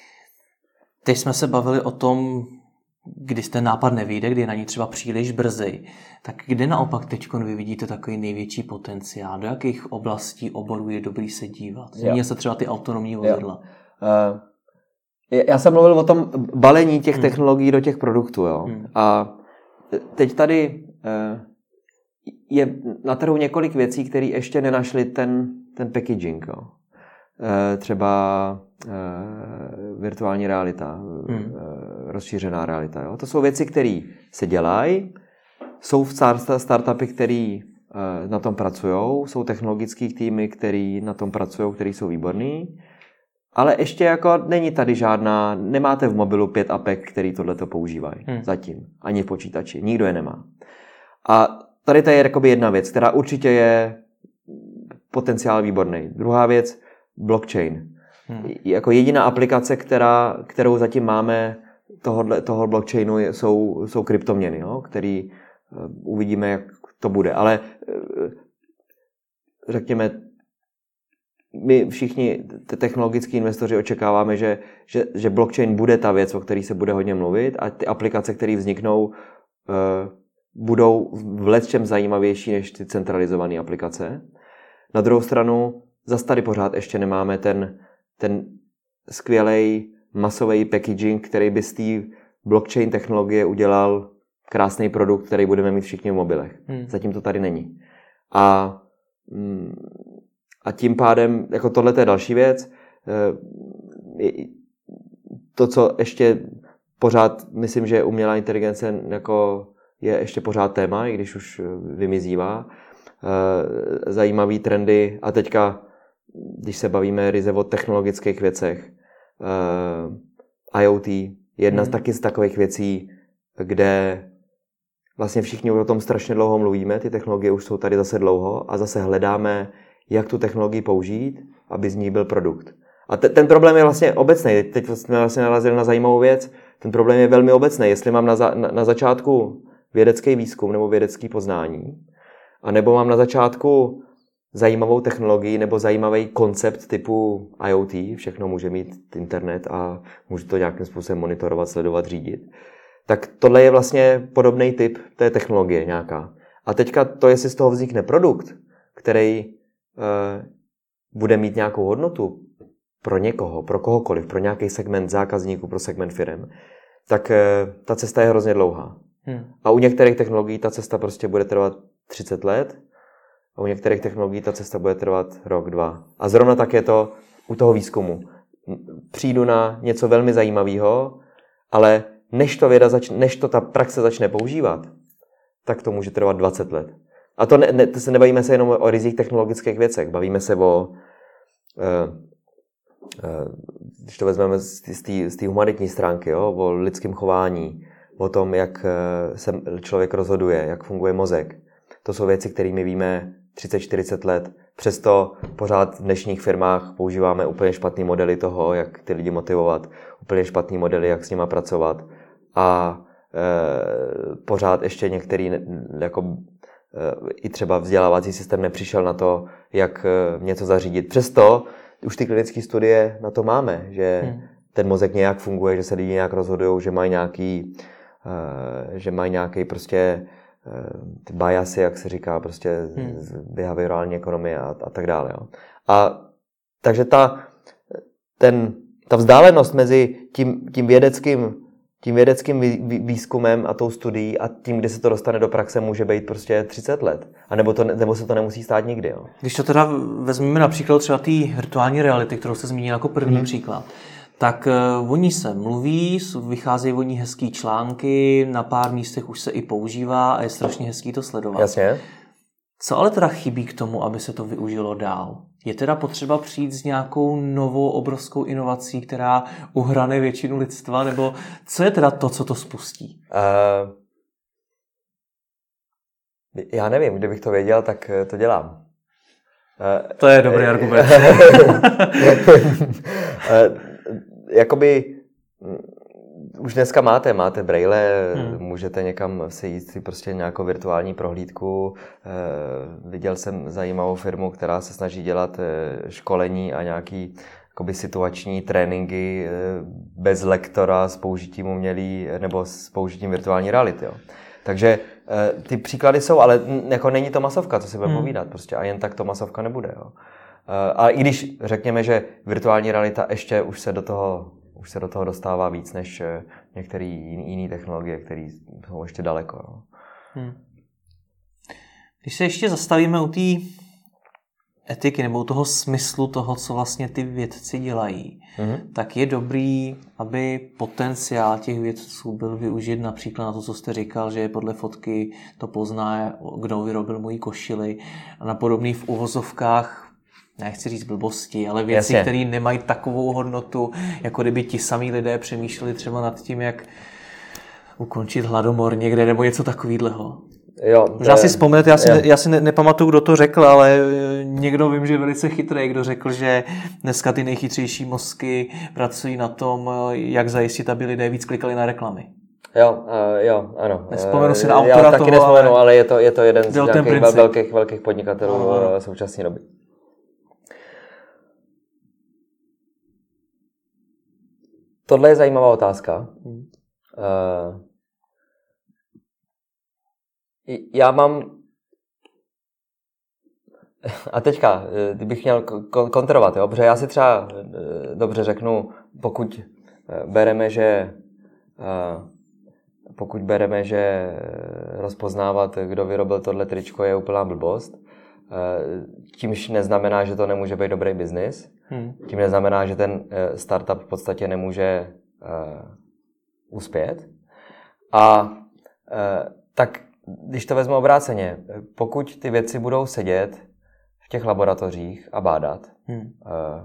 Teď jsme se bavili o tom, když ten nápad nevyjde, kdy je na ní třeba příliš brzy, tak kde naopak teď vy vidíte takový největší potenciál? Do jakých oblastí, oborů je dobrý se dívat? Zmíní se třeba ty autonomní vozidla. Uh, já jsem mluvil o tom balení těch hmm. technologií do těch produktů. Jo. Hmm. A teď tady uh, je na trhu několik věcí, které ještě nenašly ten, ten packaging. Jo. Uh, třeba uh, virtuální realita, hmm. uh, rozšířená realita. Jo. To jsou věci, které se dělají, jsou v startupy, které uh, na tom pracují, jsou technologické týmy, které na tom pracují, které jsou výborný, ale ještě jako není tady žádná, nemáte v mobilu pět apek, který tohleto používají hmm. zatím, ani v počítači, nikdo je nemá. A tady to je jakoby jedna věc, která určitě je potenciál výborný. Druhá věc, blockchain. Hmm. Jako jediná aplikace, která, kterou zatím máme tohodle, toho blockchainu, jsou, jsou kryptoměny, jo? Který uh, uvidíme, jak to bude. Ale uh, řekněme, my všichni technologickí investoři očekáváme, že, že, že blockchain bude ta věc, o které se bude hodně mluvit a ty aplikace, které vzniknou, uh, budou v lecčem zajímavější než ty centralizované aplikace. Na druhou stranu zase tady pořád ještě nemáme ten, ten skvělej masový packaging, který by z té blockchain technologie udělal krásný produkt, který budeme mít všichni v mobilech. Hmm. Zatím to tady není. A, a tím pádem, jako tohle je další věc, to, co ještě pořád, myslím, že umělá inteligence jako je ještě pořád téma, i když už vymizívá, zajímavý trendy a teďka, když se bavíme ryze o technologických věcech, uh, IoT je jedna hmm. z taky z takových věcí, kde vlastně všichni o tom strašně dlouho mluvíme, ty technologie už jsou tady zase dlouho a zase hledáme, jak tu technologii použít, aby z ní byl produkt. A te, ten problém je vlastně obecný. Teď jsme vlastně narazili na zajímavou věc. Ten problém je velmi obecný. Jestli mám na, za, na, na začátku vědecký výzkum nebo vědecký poznání, a nebo mám na začátku zajímavou technologii nebo zajímavý koncept typu IoT, všechno může mít internet a může to nějakým způsobem monitorovat, sledovat, řídit, tak tohle je vlastně podobný typ té technologie nějaká. A teďka to, jestli z toho vznikne produkt, který e, bude mít nějakou hodnotu pro někoho, pro kohokoliv, pro nějaký segment zákazníků, pro segment firem, tak ta cesta je hrozně dlouhá. Hmm. A u některých technologií ta cesta prostě bude trvat třicet let a u některých technologií ta cesta bude trvat rok, dva. A zrovna tak je to u toho výzkumu. Přijdu na něco velmi zajímavého, ale než to, věda zač- než to ta praxe začne používat, tak to může trvat dvacet let. A to, ne, ne, to se nebavíme se jenom o rizích technologických věcech, bavíme se o, uh, uh, když to vezmeme z té humanitní stránky, jo, o lidském chování, o tom, jak se člověk rozhoduje, jak funguje mozek. To jsou věci, které my víme třicet čtyřicet let. Přesto pořád v dnešních firmách používáme úplně špatný modely toho, jak ty lidi motivovat, úplně špatný modely, jak s nima pracovat. A e, pořád ještě některý jako, e, i třeba vzdělávací systém nepřišel na to, jak e, něco zařídit. Přesto už ty klinické studie na to máme, že hmm. ten mozek nějak funguje, že se lidi nějak rozhodují, že mají nějaký že mají nějaký prostě ty biasy, jak se říká, prostě hmm. z behaviorální ekonomie a, a tak dále. Jo. A takže ta, ten, ta vzdálenost mezi tím, tím vědeckým, tím vědeckým vý, výzkumem a tou studií a tím, kdy se to dostane do praxe, může být prostě třicet let. A nebo, to, nebo se to nemusí stát nikdy. Jo. Když to teda vezmeme například třeba té virtuální reality, kterou se zmínil jako první hmm. příklad, tak uh, o ní se mluví, vycházejí o ní hezký články, na pár místech už se i používá a je strašně hezký to sledovat. Jasně. Co ale teda chybí k tomu, aby se to využilo dál? Je teda potřeba přijít s nějakou novou obrovskou inovací, která uhrane většinu lidstva, nebo co je teda to, co to spustí? Uh, já nevím, kdybych to věděl, tak to dělám. Uh, to je dobrý uh, argument. uh, Jakoby už dneska máte, máte braille, hmm. můžete někam si jít si prostě nějakou virtuální prohlídku. E, viděl jsem zajímavou firmu, která se snaží dělat e, školení a nějaký jakoby situační tréninky e, bez lektora s použitím umělý nebo s použitím virtuální reality. Jo. Takže e, ty příklady jsou, ale jako není to masovka, co si budeme hmm. povídat. Prostě a jen tak to masovka nebude. Jo. A i když řekněme, že virtuální realita ještě už se do toho, už se do toho dostává víc než některé jiné technologie, které jsou ještě daleko. No. Hmm. Když se ještě zastavíme u té etiky nebo u toho smyslu toho, co vlastně ty vědci dělají, hmm. tak je dobrý, aby potenciál těch vědců byl využit například na to, co jste říkal, že podle fotky to pozná, kdo vyrobil moji košili a na podobný v uvozovkách, nechci říct blbosti, ale věci, Jasně. které nemají takovou hodnotu, jako kdyby ti samí lidé přemýšleli třeba nad tím, jak ukončit hladomor někde, nebo něco takového. Jo, Možná je... si vzpomněte, já si, ne, já si ne, nepamatuju, kdo to řekl, ale někdo vím, že je velice chytrý, kdo řekl, že dneska ty nejchytřejší mozky pracují na tom, jak zajistit, aby lidé víc klikali na reklamy. Jo, uh, jo, ano. Nevzpomenu si na autora já taky toho, nespomenu, ale... ale je to, je to jeden z nějakých princip. velkých, velkých podnikatelů uh, současné doby. Tohle je zajímavá otázka. Hmm. Uh, já mám... A teďka, kdybych měl kontrovat, jo? Protože já si třeba dobře řeknu, pokud bereme, že pokud bereme, že rozpoznávat, kdo vyrobil tohle tričko, je úplná blbost, tímž neznamená, že to nemůže být dobrý biznis. Hmm. Tím neznamená, že ten startup v podstatě nemůže uh, uspět. A uh, tak, když to vezmu obráceně, pokud ty věci budou sedět v těch laboratořích a bádat hmm. uh,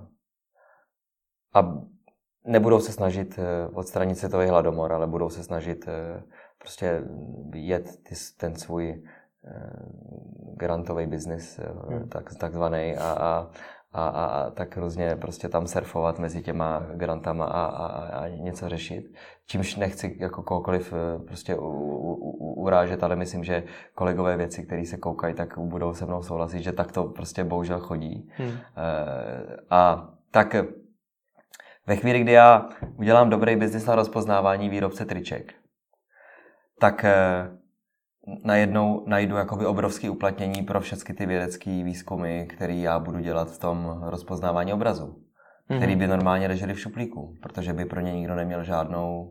a nebudou se snažit uh, odstranit světový hladomor, ale budou se snažit uh, prostě jet ty, ten svůj uh, grantový biznis, uh, hmm. tak, takzvaný, a, a A, a, a tak různě prostě tam surfovat mezi těma grantama a, a, a něco řešit. Čímž nechci jako kohokoliv prostě u, u, u, urážet, ale myslím, že kolegové věci, kteří se koukají, tak budou se mnou souhlasit, že tak to prostě bohužel chodí. Hmm. E, a tak ve chvíli, kdy já udělám dobrý biznis na rozpoznávání výrobce triček, tak najednou najdu jakoby obrovské uplatnění pro všechny ty vědecké výzkumy, které já budu dělat v tom rozpoznávání obrazu, mm-hmm. který by normálně ležely v šuplíku, protože by pro ně nikdo neměl žádnou,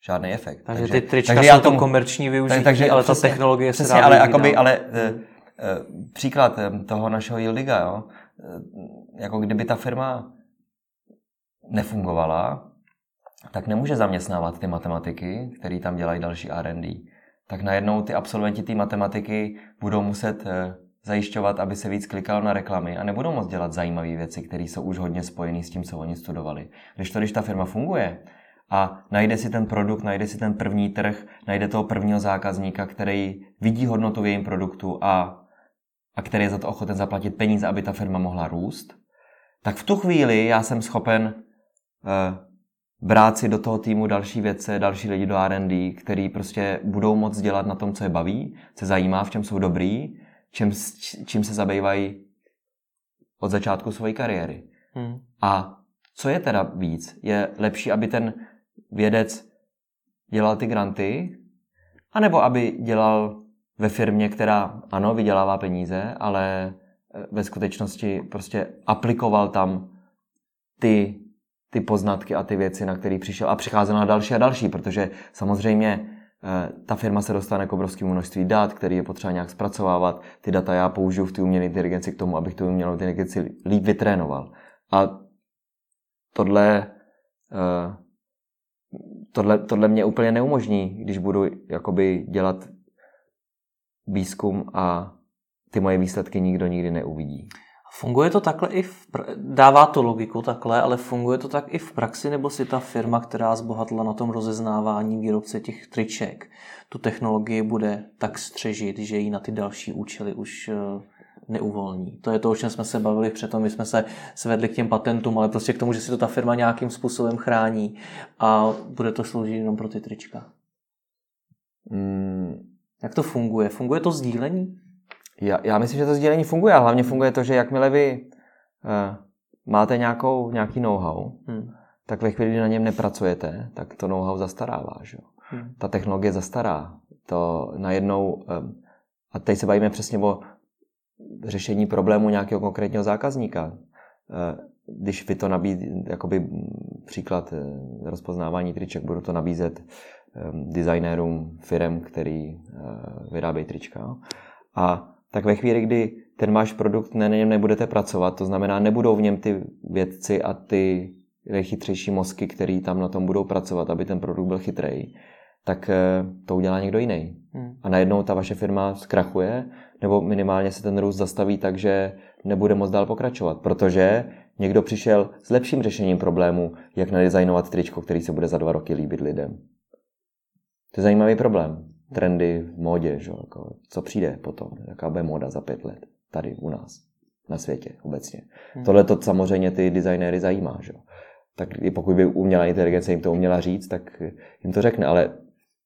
žádný efekt. Takže, takže ty trička takže jsou tomu, to komerční využití, takže, ale přesně, ta technologie přesně, se dá ale, využít. jakoby, ale e, e, příklad toho našeho Yieldiga, jo, e, jako kdyby ta firma nefungovala, tak nemůže zaměstnávat ty matematiky, který tam dělají další R and D. Tak najednou ty absolventi té matematiky budou muset e, zajišťovat, aby se víc klikalo na reklamy a nebudou moct dělat zajímavé věci, které jsou už hodně spojené s tím, co oni studovali. Když to, když ta firma funguje a najde si ten produkt, najde si ten první trh, najde toho prvního zákazníka, který vidí hodnotu v jejím produktu a, a který je za to ochoten zaplatit peníze, aby ta firma mohla růst, tak v tu chvíli já jsem schopen eh, brát si do toho týmu další vědce, další lidi do R and D, který prostě budou moct dělat na tom, co je baví, co zajímá, v čem jsou dobrý, čím, čím se zabývají od začátku své kariéry. Hmm. A co je teda víc? Je lepší, aby ten vědec dělal ty granty, anebo aby dělal ve firmě, která ano, vydělává peníze, ale ve skutečnosti prostě aplikoval tam ty, ty poznatky a ty věci, na které přišel a přicházel na další a další, protože samozřejmě ta firma se dostane k obrovskému množství dat, který je potřeba nějak zpracovávat. Ty data já použiju v té umělé inteligenci k tomu, abych tu umělou inteligenci líp vytrénoval. A tohle, tohle, tohle mě úplně neumožní, když budu jakoby dělat výzkum a ty moje výsledky nikdo nikdy neuvidí. Funguje to takhle i v pra- dává to logiku takhle, ale funguje to tak i v praxi, nebo si ta firma, která zbohatla na tom rozeznávání výrobce těch triček, tu technologii bude tak střežit, že ji na ty další účely už neuvolní. To je to, o čem jsme se bavili předtím, my jsme se svedli k těm patentům, ale prostě k tomu, že si to ta firma nějakým způsobem chrání a bude to sloužit jenom pro ty trička. Hmm. Jak to funguje? Funguje to sdílení? Já, já myslím, že to sdílení funguje, a hlavně funguje to, že jakmile vy uh, máte nějakou, nějaký know-how, hmm. tak ve chvíli, kdy na něm nepracujete, tak to know-how zastarává. Že? Hmm. Ta technologie zastará. To najednou, um, a teď se bavíme přesně o řešení problému nějakého konkrétního zákazníka. Uh, když vy to nabízíte, jakoby příklad uh, rozpoznávání triček, budu to nabízet um, designérům firem, který uh, vyrábějí trička. A tak ve chvíli, kdy ten váš produkt na něm nebudete pracovat, to znamená, nebudou v něm ty vědci a ty nejchytřejší mozky, který tam na tom budou pracovat, aby ten produkt byl chytrej, tak to udělá někdo jiný. Hmm. A najednou ta vaše firma zkrachuje, nebo minimálně se ten růst zastaví tak, že nebude moc dál pokračovat, protože někdo přišel s lepším řešením problému, jak nadizajnovat tričko, který se bude za dva roky líbit lidem. To je zajímavý problém. Trendy v módě, že? Jako, co přijde potom, jaká bude móda za pět let, tady u nás, na světě obecně. Hmm. Tohle to samozřejmě ty designéry zajímá, že? Tak pokud by umělá inteligence jim to uměla říct, tak jim to řekne, ale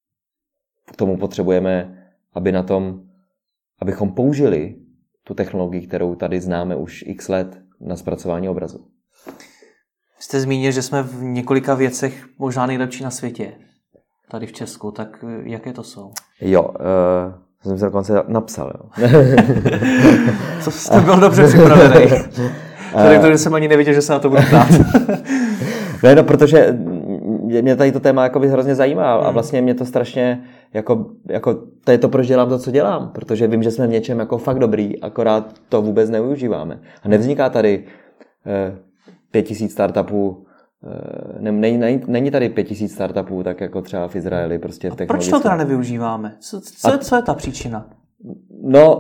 k tomu potřebujeme, aby na tom, abychom použili tu technologii, kterou tady známe už x let na zpracování obrazu. Jste zmínil, že jsme v několika věcech možná nejlepší na světě. Tady v Česku, tak jaké to jsou? Jo, uh, jsem se dokonce napsal. Jo. Co jste byl dobře připravený. Vzhledem k tomu, že jsem ani nevěděl, že se na to budu ptát. Ne, no, protože mě tady to téma jakoby hrozně zajímá a vlastně mě to strašně, jako, jako to je to, proč dělám to, co dělám, protože vím, že jsme v něčem jako fakt dobrý, akorát to vůbec nevyužíváme. A nevzniká tady uh, pět tisíc startupů. Není, není, není tady pět tisíc startupů, tak jako třeba v Izraeli. Prostě v proč to teda nevyužíváme? Co, co, je, co je ta příčina? No,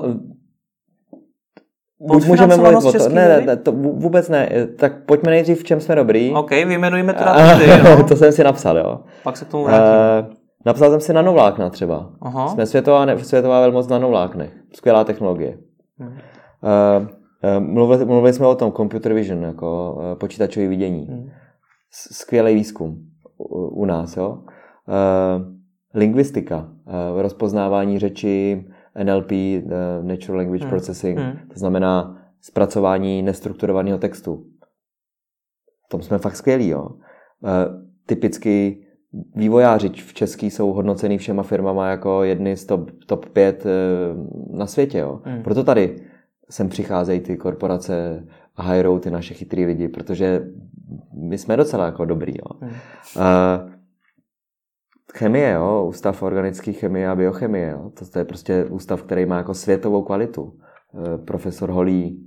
můžeme mluvit o to. Ne, ne, to vůbec ne. Tak pojďme nejdřív, v čem jsme dobrý. OK, vyjmenujeme teda ty, no. To jsem si napsal, jo. Pak se k tomu vrátím. Uh, napsal jsem si nanovlákna třeba. Aha. Jsme světová, světová velmoc nanovláknech. Skvělá technologie. Hmm. Uh, mluvili, mluvili jsme o tom computer vision, jako uh, počítačové vidění. Hmm. Skvělý výzkum u, u nás, jo. Uh, lingvistika, uh, rozpoznávání řeči, N L P, uh, Natural Language hmm. Processing, hmm. to znamená zpracování nestrukturovaného textu. V tom jsme fakt skvělí, jo. Uh, typicky vývojáři v Český jsou hodnocený všema firmama jako jedny z top, top pět uh, na světě, jo. Hmm. Proto tady sem přicházejí ty korporace a hajrou ty naše chytrý lidi, protože my jsme docela jako dobrý. Jo. Hmm. Uh, chemie, jo, ústav organické chemie a biochemie, jo. To, to je prostě ústav, který má jako světovou kvalitu. E, profesor Holý, e,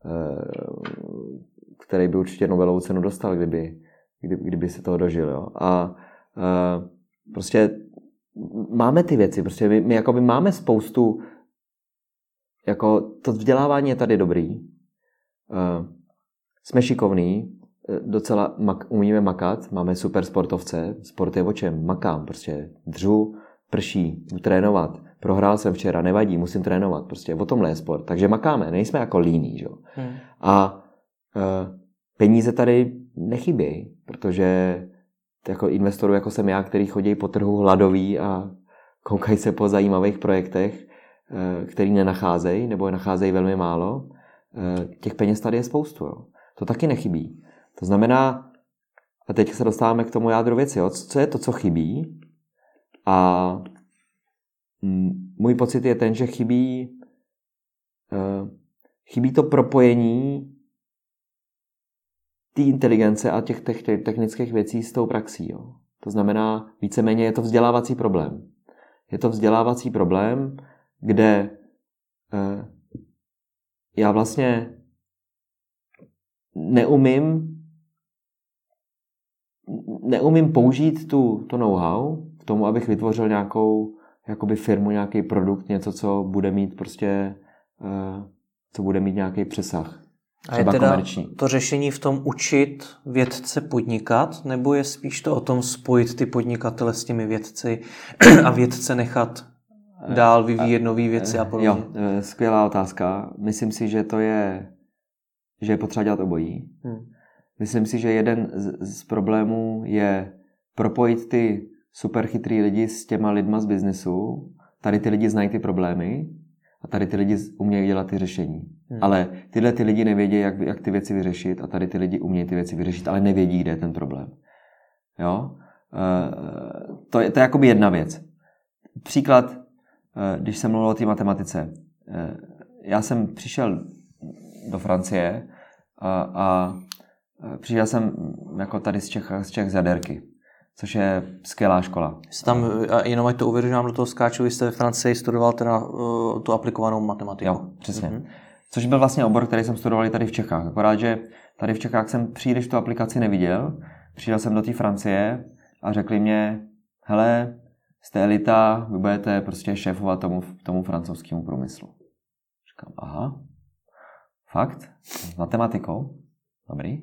který by určitě Nobelovu cenu dostal, kdyby, kdyby, kdyby se toho dožil, jo. A e, prostě máme ty věci, prostě my, my jakoby máme spoustu, jako to vzdělávání je tady dobrý, e, jsme šikovní, docela mak, umíme makat, máme super sportovce, sport je o čem? Makám, prostě dřu, prší, jdu trénovat, prohrál jsem včera, nevadí, musím trénovat, prostě o tomhle je sport, takže makáme, nejsme jako líní, že? Hmm. A e, peníze tady nechybějí, protože jako investorů, jako jsem já, který chodí po trhu hladový a koukají se po zajímavých projektech, e, který nenacházejí, nebo je nacházejí velmi málo, e, těch peněz tady je spoustu, jo. To taky nechybí. To znamená, a teď se dostáváme k tomu jádru věci, jo? Co je to, co chybí? A můj pocit je ten, že chybí, uh, chybí to propojení té inteligence a těch technických věcí s tou praxí. Jo? To znamená, víceméně je to vzdělávací problém. Je to vzdělávací problém, kde uh, já vlastně neumím neumím použít tu, to know-how k tomu, abych vytvořil nějakou jakoby firmu, nějaký produkt, něco, co bude mít prostě, uh, co bude mít nějaký přesah. A je teda komerční. To řešení v tom učit vědce podnikat, nebo je spíš to o tom spojit ty podnikatele s těmi vědci a vědce nechat dál vyvíjet nové věci a podobně? Jo, skvělá otázka. Myslím si, že to je, že je potřeba dělat obojí. Hmm. Myslím si, že jeden z, z problémů je propojit ty superchytrý lidi s těma lidma z biznesu. Tady ty lidi znají ty problémy a tady ty lidi umějí dělat ty řešení. Hmm. Ale tyhle ty lidi nevědí, jak, jak ty věci vyřešit a tady ty lidi umějí ty věci vyřešit, ale nevědí, kde je ten problém. Jo? E, to je, to je jakoby jedna věc. Příklad, e, když jsem mluvil o té matematice. E, já jsem přišel do Francie a, a přišel jsem jako tady z Čech, z Čech z jaderky, což je skvělá škola. Jste tam, jenom ať to uvěřím, nám do toho skáču, vy jste ve Francii studoval teda uh, tu aplikovanou matematiku. Jo, přesně. Mm-hmm. Což byl vlastně obor, který jsem studoval tady v Čechách. Akorát, že tady v Čechách jsem příliš tu aplikaci neviděl. Přijel jsem do té Francie a řekli mě, hele, jste elita, vy budete prostě šéfovat tomu, tomu francouzskému průmyslu. Říkám, aha, fakt? S matematikou? Dobrý.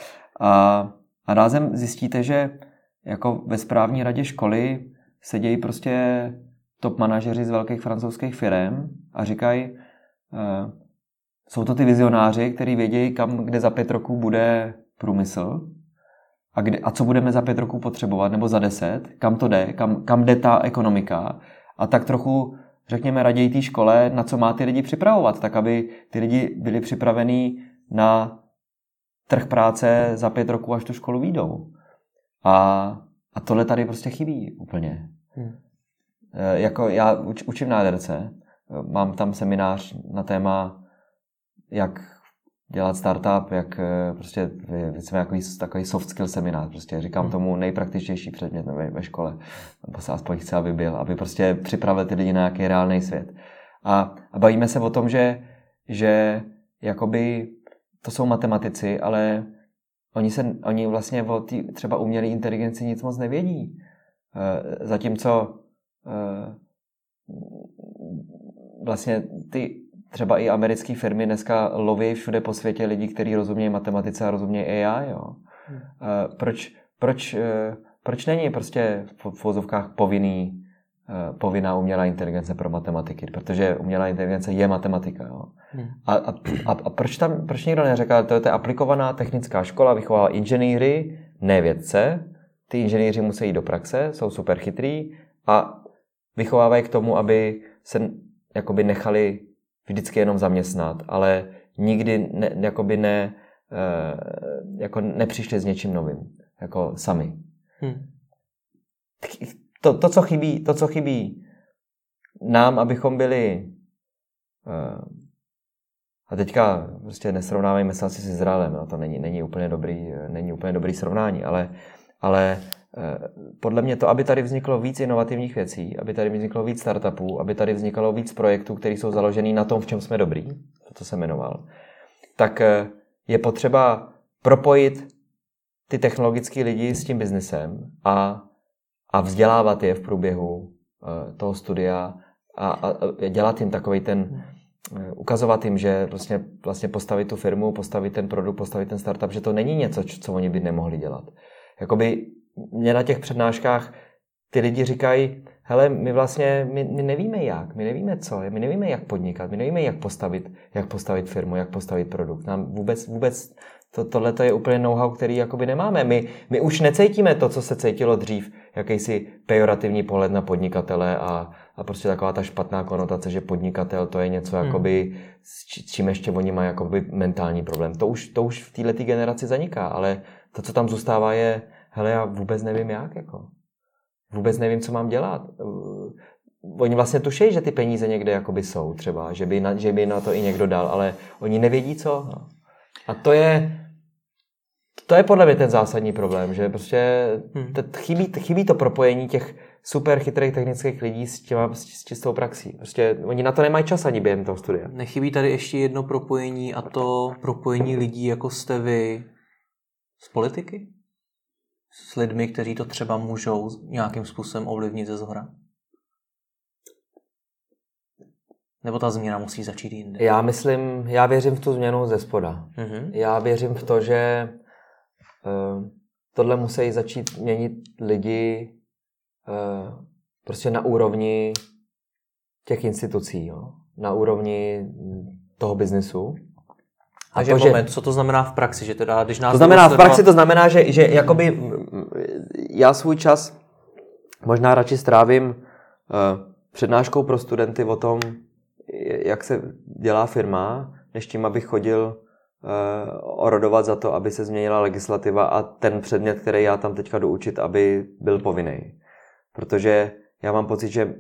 A, a rázem zjistíte, že jako ve správní radě školy sedějí prostě top manažeři z velkých francouzských firm a říkají, uh, jsou to ty vizionáři, kteří vědí, kam, kde za pět roků bude průmysl a, kde, a co budeme za pět roků potřebovat, nebo za deset, kam to jde, kam, kam jde ta ekonomika a tak trochu, řekněme, raději té škole, na co má ty lidi připravovat, tak aby ty lidi byli připravení na trh práce za pět roků, až tu školu vyjdou. A, a tohle tady prostě chybí úplně. Hmm. E, jako já uč, učím na jaderce, mám tam seminář na téma, jak dělat startup, jak prostě takový, takový soft skill seminář, prostě říkám hmm. tomu nejpraktičtější předmět ve, ve škole, nebo se aspoň chci, aby byl, aby prostě připravil ty lidi na nějaký reálný svět. A, a bavíme se o tom, že, že jakoby to jsou matematici, ale oni, se, oni vlastně o tý, třeba umělé inteligenci nic moc nevědí. E, zatímco e, vlastně ty třeba i americké firmy dneska loví všude po světě lidi, kteří rozumějí matematice a rozumějí A I. Jo. E, proč, proč, e, proč není prostě v, v vozovkách povinný povinná umělá inteligence pro matematiky, protože umělá inteligence je matematika. Jo. Hmm. A, a, a, a proč tam, proč někdo neřekl, to je to aplikovaná technická škola, vychovává inženýry, ne vědce, ty inženýři musí jít do praxe, jsou super chytrý a vychovávají k tomu, aby se jakoby nechali vždycky jenom zaměstnat, ale nikdy ne, jakoby ne, jako nepřišli s něčím novým, jako sami. Hmm. To, to, co chybí, to, co chybí nám, abychom byli uh, a teďka prostě nesrovnávejme se asi s Izraelem, no, to není, není, úplně dobrý, není úplně dobrý srovnání, ale, ale podle mě to, aby tady vzniklo víc inovativních věcí, aby tady vzniklo víc startupů, aby tady vzniklo víc projektů, které jsou založený na tom, v čem jsme dobrý, to jsem jmenoval, tak je potřeba propojit ty technologické lidi s tím biznesem a, a vzdělávat je v průběhu toho studia a, a dělat jim takovej ten, ukazovat jim, že vlastně, vlastně postavit tu firmu, postavit ten produkt, postavit ten startup, že to není něco, co oni by nemohli dělat. Jakoby mě na těch přednáškách ty lidi říkají, hele, my vlastně my, my nevíme jak, my nevíme co, my nevíme jak podnikat, my nevíme jak postavit, jak postavit firmu, jak postavit produkt. Nám vůbec, vůbec to, tohle je úplně know-how, který jakoby nemáme. My, my už necítíme to, co se cítilo dřív, jakýsi pejorativní pohled na podnikatele a, a prostě taková ta špatná konotace, že podnikatel to je něco, hmm. jakoby, s čím ještě oni mají jakoby mentální problém. To už, to už v této generaci zaniká, ale to, co tam zůstává, je, hele, já vůbec nevím jak, jako. Vůbec nevím, co mám dělat. Oni vlastně tušejí, že ty peníze někde jakoby jsou třeba, že by, na, že by na to i někdo dal, ale oni nevědí co. A to je, to je podle mě ten zásadní problém, že prostě hmm. chybí, chybí to propojení těch super chytrých technických lidí s, těma, s čistou praxí. Prostě oni na to nemají čas ani během toho studia. Nechybí tady ještě jedno propojení a to propojení lidí, jako jste vy, z politiky? S lidmi, kteří to třeba můžou nějakým způsobem ovlivnit ze zhora? Nebo ta změna musí začít jinde? Já myslím, já věřím v tu změnu ze spoda. Mm-hmm. Já věřím v to, že uh, tohle musí začít měnit lidi uh, prostě na úrovni těch institucí, jo? Na úrovni toho biznesu. A že moment, co to znamená v praxi? Že teda, když nás to znamená v praxi, to znamená, že, že jakoby já svůj čas možná radši strávím uh, přednáškou pro studenty o tom, jak se dělá firma, než tím, abych chodil uh, orodovat za to, aby se změnila legislativa a ten předmět, který já tam teďka jdu učit, aby byl povinný. Protože já mám pocit, že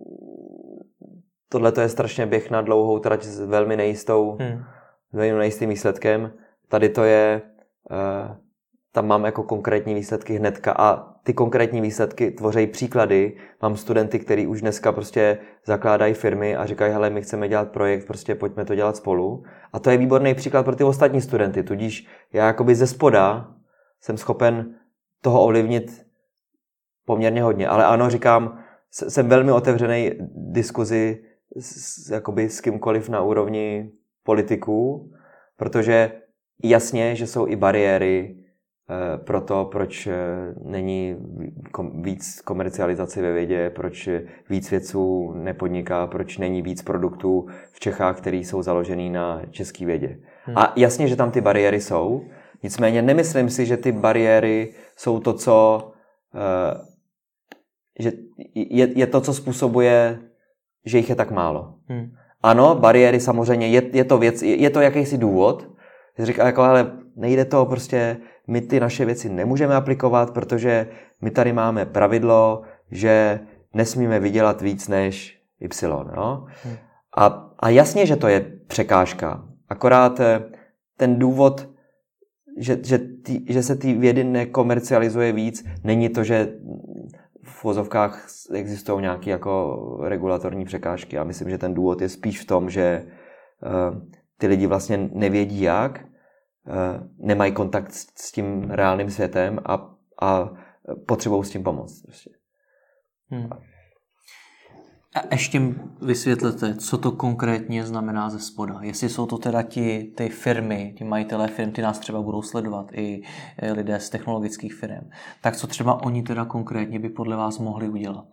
tohle je strašně běh na dlouhou trať s velmi nejistou hmm. velmi nejistým výsledkem. Tady to je, uh, tam mám jako konkrétní výsledky hnedka a ty konkrétní výsledky tvoří příklady. Mám studenty, kteří už dneska prostě zakládají firmy a říkají, hele, my chceme dělat projekt, prostě pojďme to dělat spolu. A to je výborný příklad pro ty ostatní studenty, tudíž já jakoby ze spoda jsem schopen toho ovlivnit poměrně hodně. Ale ano, říkám, jsem velmi otevřený diskuzi s, jakoby s kýmkoliv na úrovni politiků, protože jasně, že jsou i bariéry e, pro to, proč e, není kom, víc komercializace ve vědě, proč víc vědců nepodniká, proč není víc produktů v Čechách, které jsou založený na české vědě. Hmm. A jasně, že tam ty bariéry jsou, nicméně nemyslím si, že ty bariéry jsou to, co e, že je, je to, co způsobuje, že jich je tak málo. Hmm. Ano, bariéry samozřejmě, je, je to věc, je, je to jakýsi důvod, že říká, jako, ale nejde to, prostě my ty naše věci nemůžeme aplikovat, protože my tady máme pravidlo, že nesmíme vydělat víc než Y. No? Hmm. A, a jasně, že to je překážka. Akorát ten důvod, že, že, tý, že se ty vědy nekomercializuje víc, není to, že v uvozovkách existují nějaké jako regulatorní překážky. Já myslím, že ten důvod je spíš v tom, že uh, ty lidi vlastně nevědí jak, uh, nemají kontakt s, s tím reálným světem a, a potřebují s tím pomoct. Prostě. Hmm. A ještě vysvětlete, co to konkrétně znamená ze spoda. Jestli jsou to teda ti, ty firmy, ti majitelé firm, ty nás třeba budou sledovat, i lidé z technologických firm, tak co třeba oni teda konkrétně by podle vás mohli udělat?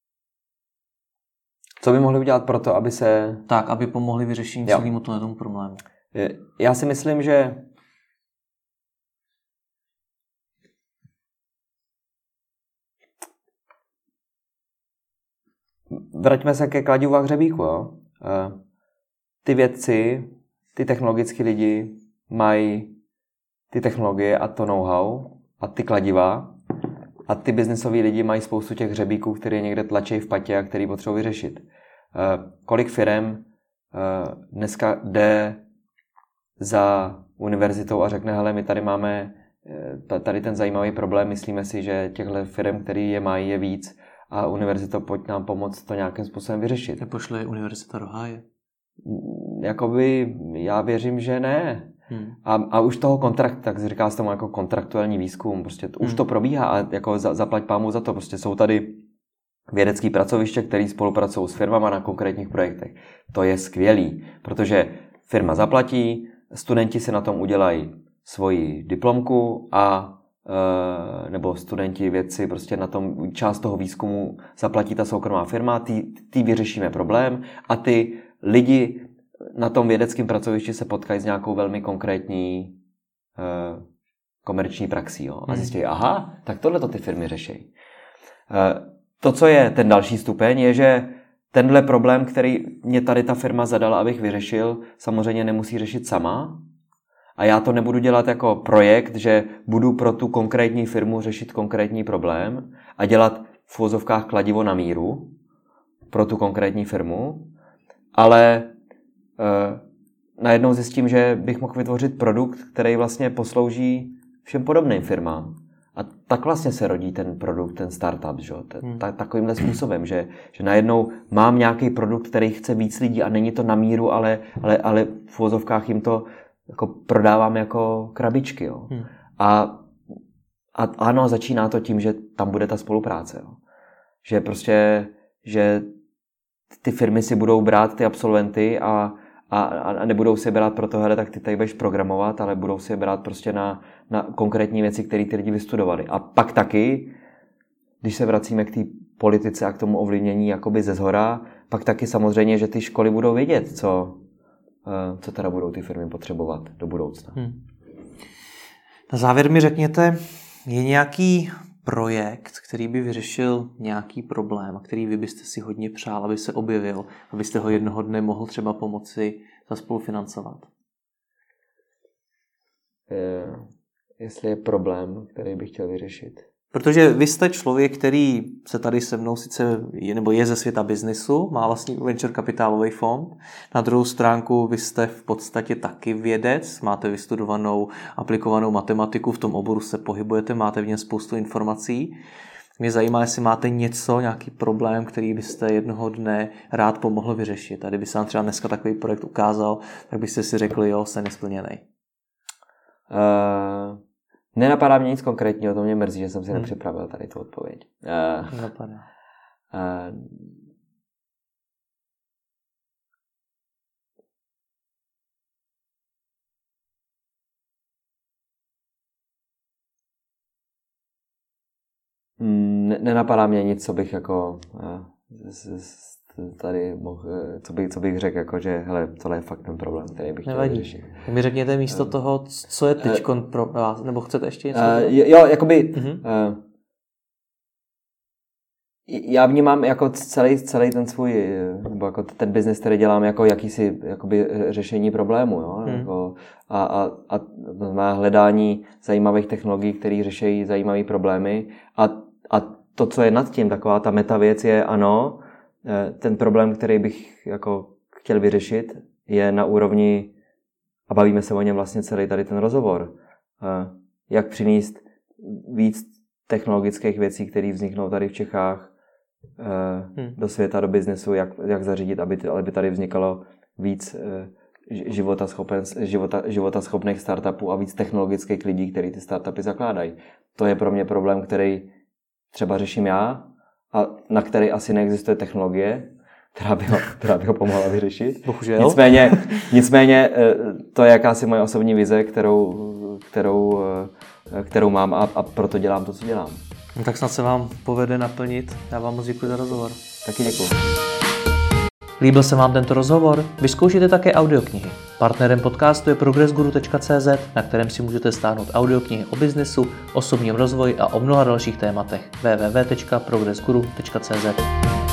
Co by mohli udělat pro to, aby se... Tak, aby pomohli vyřešení celému tomu problému. Já si myslím, že vraťme se ke kladivu a hřebíku. Jo? Ty vědci, ty technologický lidi mají ty technologie a to know-how a ty kladiva a ty biznesoví lidi mají spoustu těch hřebíků, které někde tlačí v patě a který potřebují vyřešit. Kolik firem dneska jde za univerzitou a řekne, hele, my tady máme tady ten zajímavý problém, myslíme si, že těchto firm, který je mají, je víc a univerzita, pojď nám pomoct to nějakým způsobem vyřešit. Nepošle univerzita do háje? Jakoby já věřím, že ne. Hmm. A, a už toho kontrakt, tak se říká se tomu jako kontraktuální výzkum, prostě hmm. už to probíhá a jako za, zaplať pámu za to, prostě jsou tady vědecký pracoviště, které spolupracují s firmama na konkrétních projektech. To je skvělý, protože firma zaplatí, studenti si na tom udělají svoji diplomku a e, nebo studenti, vědci prostě na tom část toho výzkumu zaplatí ta soukromá firma, ty, ty vyřešíme problém a ty lidi na tom vědeckém pracovišti se potkají s nějakou velmi konkrétní e, komerční praxí, jo, a zjistí, aha, tak tohle to ty firmy řeší. E, to, co je ten další stupeň, je, že tenhle problém, který mě tady ta firma zadala, abych vyřešil, samozřejmě nemusí řešit sama. A já to nebudu dělat jako projekt, že budu pro tu konkrétní firmu řešit konkrétní problém a dělat v uvozovkách kladivo na míru pro tu konkrétní firmu, ale eh, najednou zjistím, že bych mohl vytvořit produkt, který vlastně poslouží všem podobným firmám. A tak vlastně se rodí ten produkt, ten startup, že? Ten, ta, takovýmhle způsobem, že, že najednou mám nějaký produkt, který chce víc lidí a není to na míru, ale, ale, ale v uvozovkách jim to jako prodávám jako krabičky. Jo. Hmm. A, a ano, začíná to tím, že tam bude ta spolupráce. Jo. Že prostě, že ty firmy si budou brát ty absolventy a, a, a nebudou si brát pro tohle, tak ty tady budeš programovat, ale budou si brát prostě na, na konkrétní věci, které ty lidi vystudovali. A pak taky, když se vracíme k té politice a k tomu ovlivnění jakoby ze zhora, pak taky samozřejmě, že ty školy budou vědět, co co teda budou ty firmy potřebovat do budoucna. Hmm. Na závěr mi řekněte, je nějaký projekt, který by vyřešil nějaký problém, a který vy byste si hodně přál, aby se objevil, abyste ho jednoho dne mohl třeba pomoci zaspolufinancovat? Je, jestli je problém, který bych chtěl vyřešit. Protože vy jste člověk, který se tady se mnou sice je, nebo je ze světa biznisu, má vlastní venture kapitálový fond. Na druhou stránku vy jste v podstatě taky vědec, máte vystudovanou aplikovanou matematiku, v tom oboru se pohybujete, máte v něm spoustu informací. Mě zajímá, jestli máte něco, nějaký problém, který byste jednoho dne rád pomohl vyřešit. A kdyby se vám třeba dneska takový projekt ukázal, tak byste si řekli, jo, jsem nesplněnej. Uh... Nenapadá mě nic konkrétního, to mě mrzí, že jsem si hmm. nepřipravil tady tu odpověď. Uh, Nenapadá. Uh, ne, nenapadá mě nic, co bych jako uh, z, z, tady mohl, co bych, co bych řekl, jako, že hele, tohle je fakt ten problém, který bych chtěl vyřešit. Mi řekněte místo uh, toho, co je teď uh, pro vás, nebo chcete ještě něco? Uh, jo, jakoby uh-huh. uh, já vnímám jako celý, celý ten svůj, nebo jako ten biznes, který dělám, jako jakýsi jakoby řešení problému, jo? Hmm. Jako, a, a, a má hledání zajímavých technologií, které řeší zajímavé problémy a, a to, co je nad tím, taková ta meta věc je, ano, ten problém, který bych jako chtěl vyřešit, je na úrovni, a bavíme se o něm vlastně celý tady ten rozhovor, jak přinést víc technologických věcí, které vzniknou tady v Čechách, hmm. do světa, do biznesu, jak, jak zařídit, aby, aby tady vznikalo víc života, schopen, života, života schopných startupů a víc technologických lidí, kteří ty startupy zakládají. To je pro mě problém, který třeba řeším já a na který asi neexistuje technologie, která by ho, která by ho pomohla vyřešit. Bohužel. Nicméně, nicméně to je jakási moje osobní vize, kterou, kterou, kterou mám a, a proto dělám to, co dělám. No tak snad se vám povede naplnit. Já vám moc děkuji za rozhovor. Taky děkuji. Líbil se vám tento rozhovor? Vyzkoušejte také audioknihy. Partnerem podcastu je progress guru tečka cé zet, na kterém si můžete stáhnout audioknihy o biznesu, osobním rozvoji a o mnoha dalších tématech. w w w tečka progress guru tečka cé zet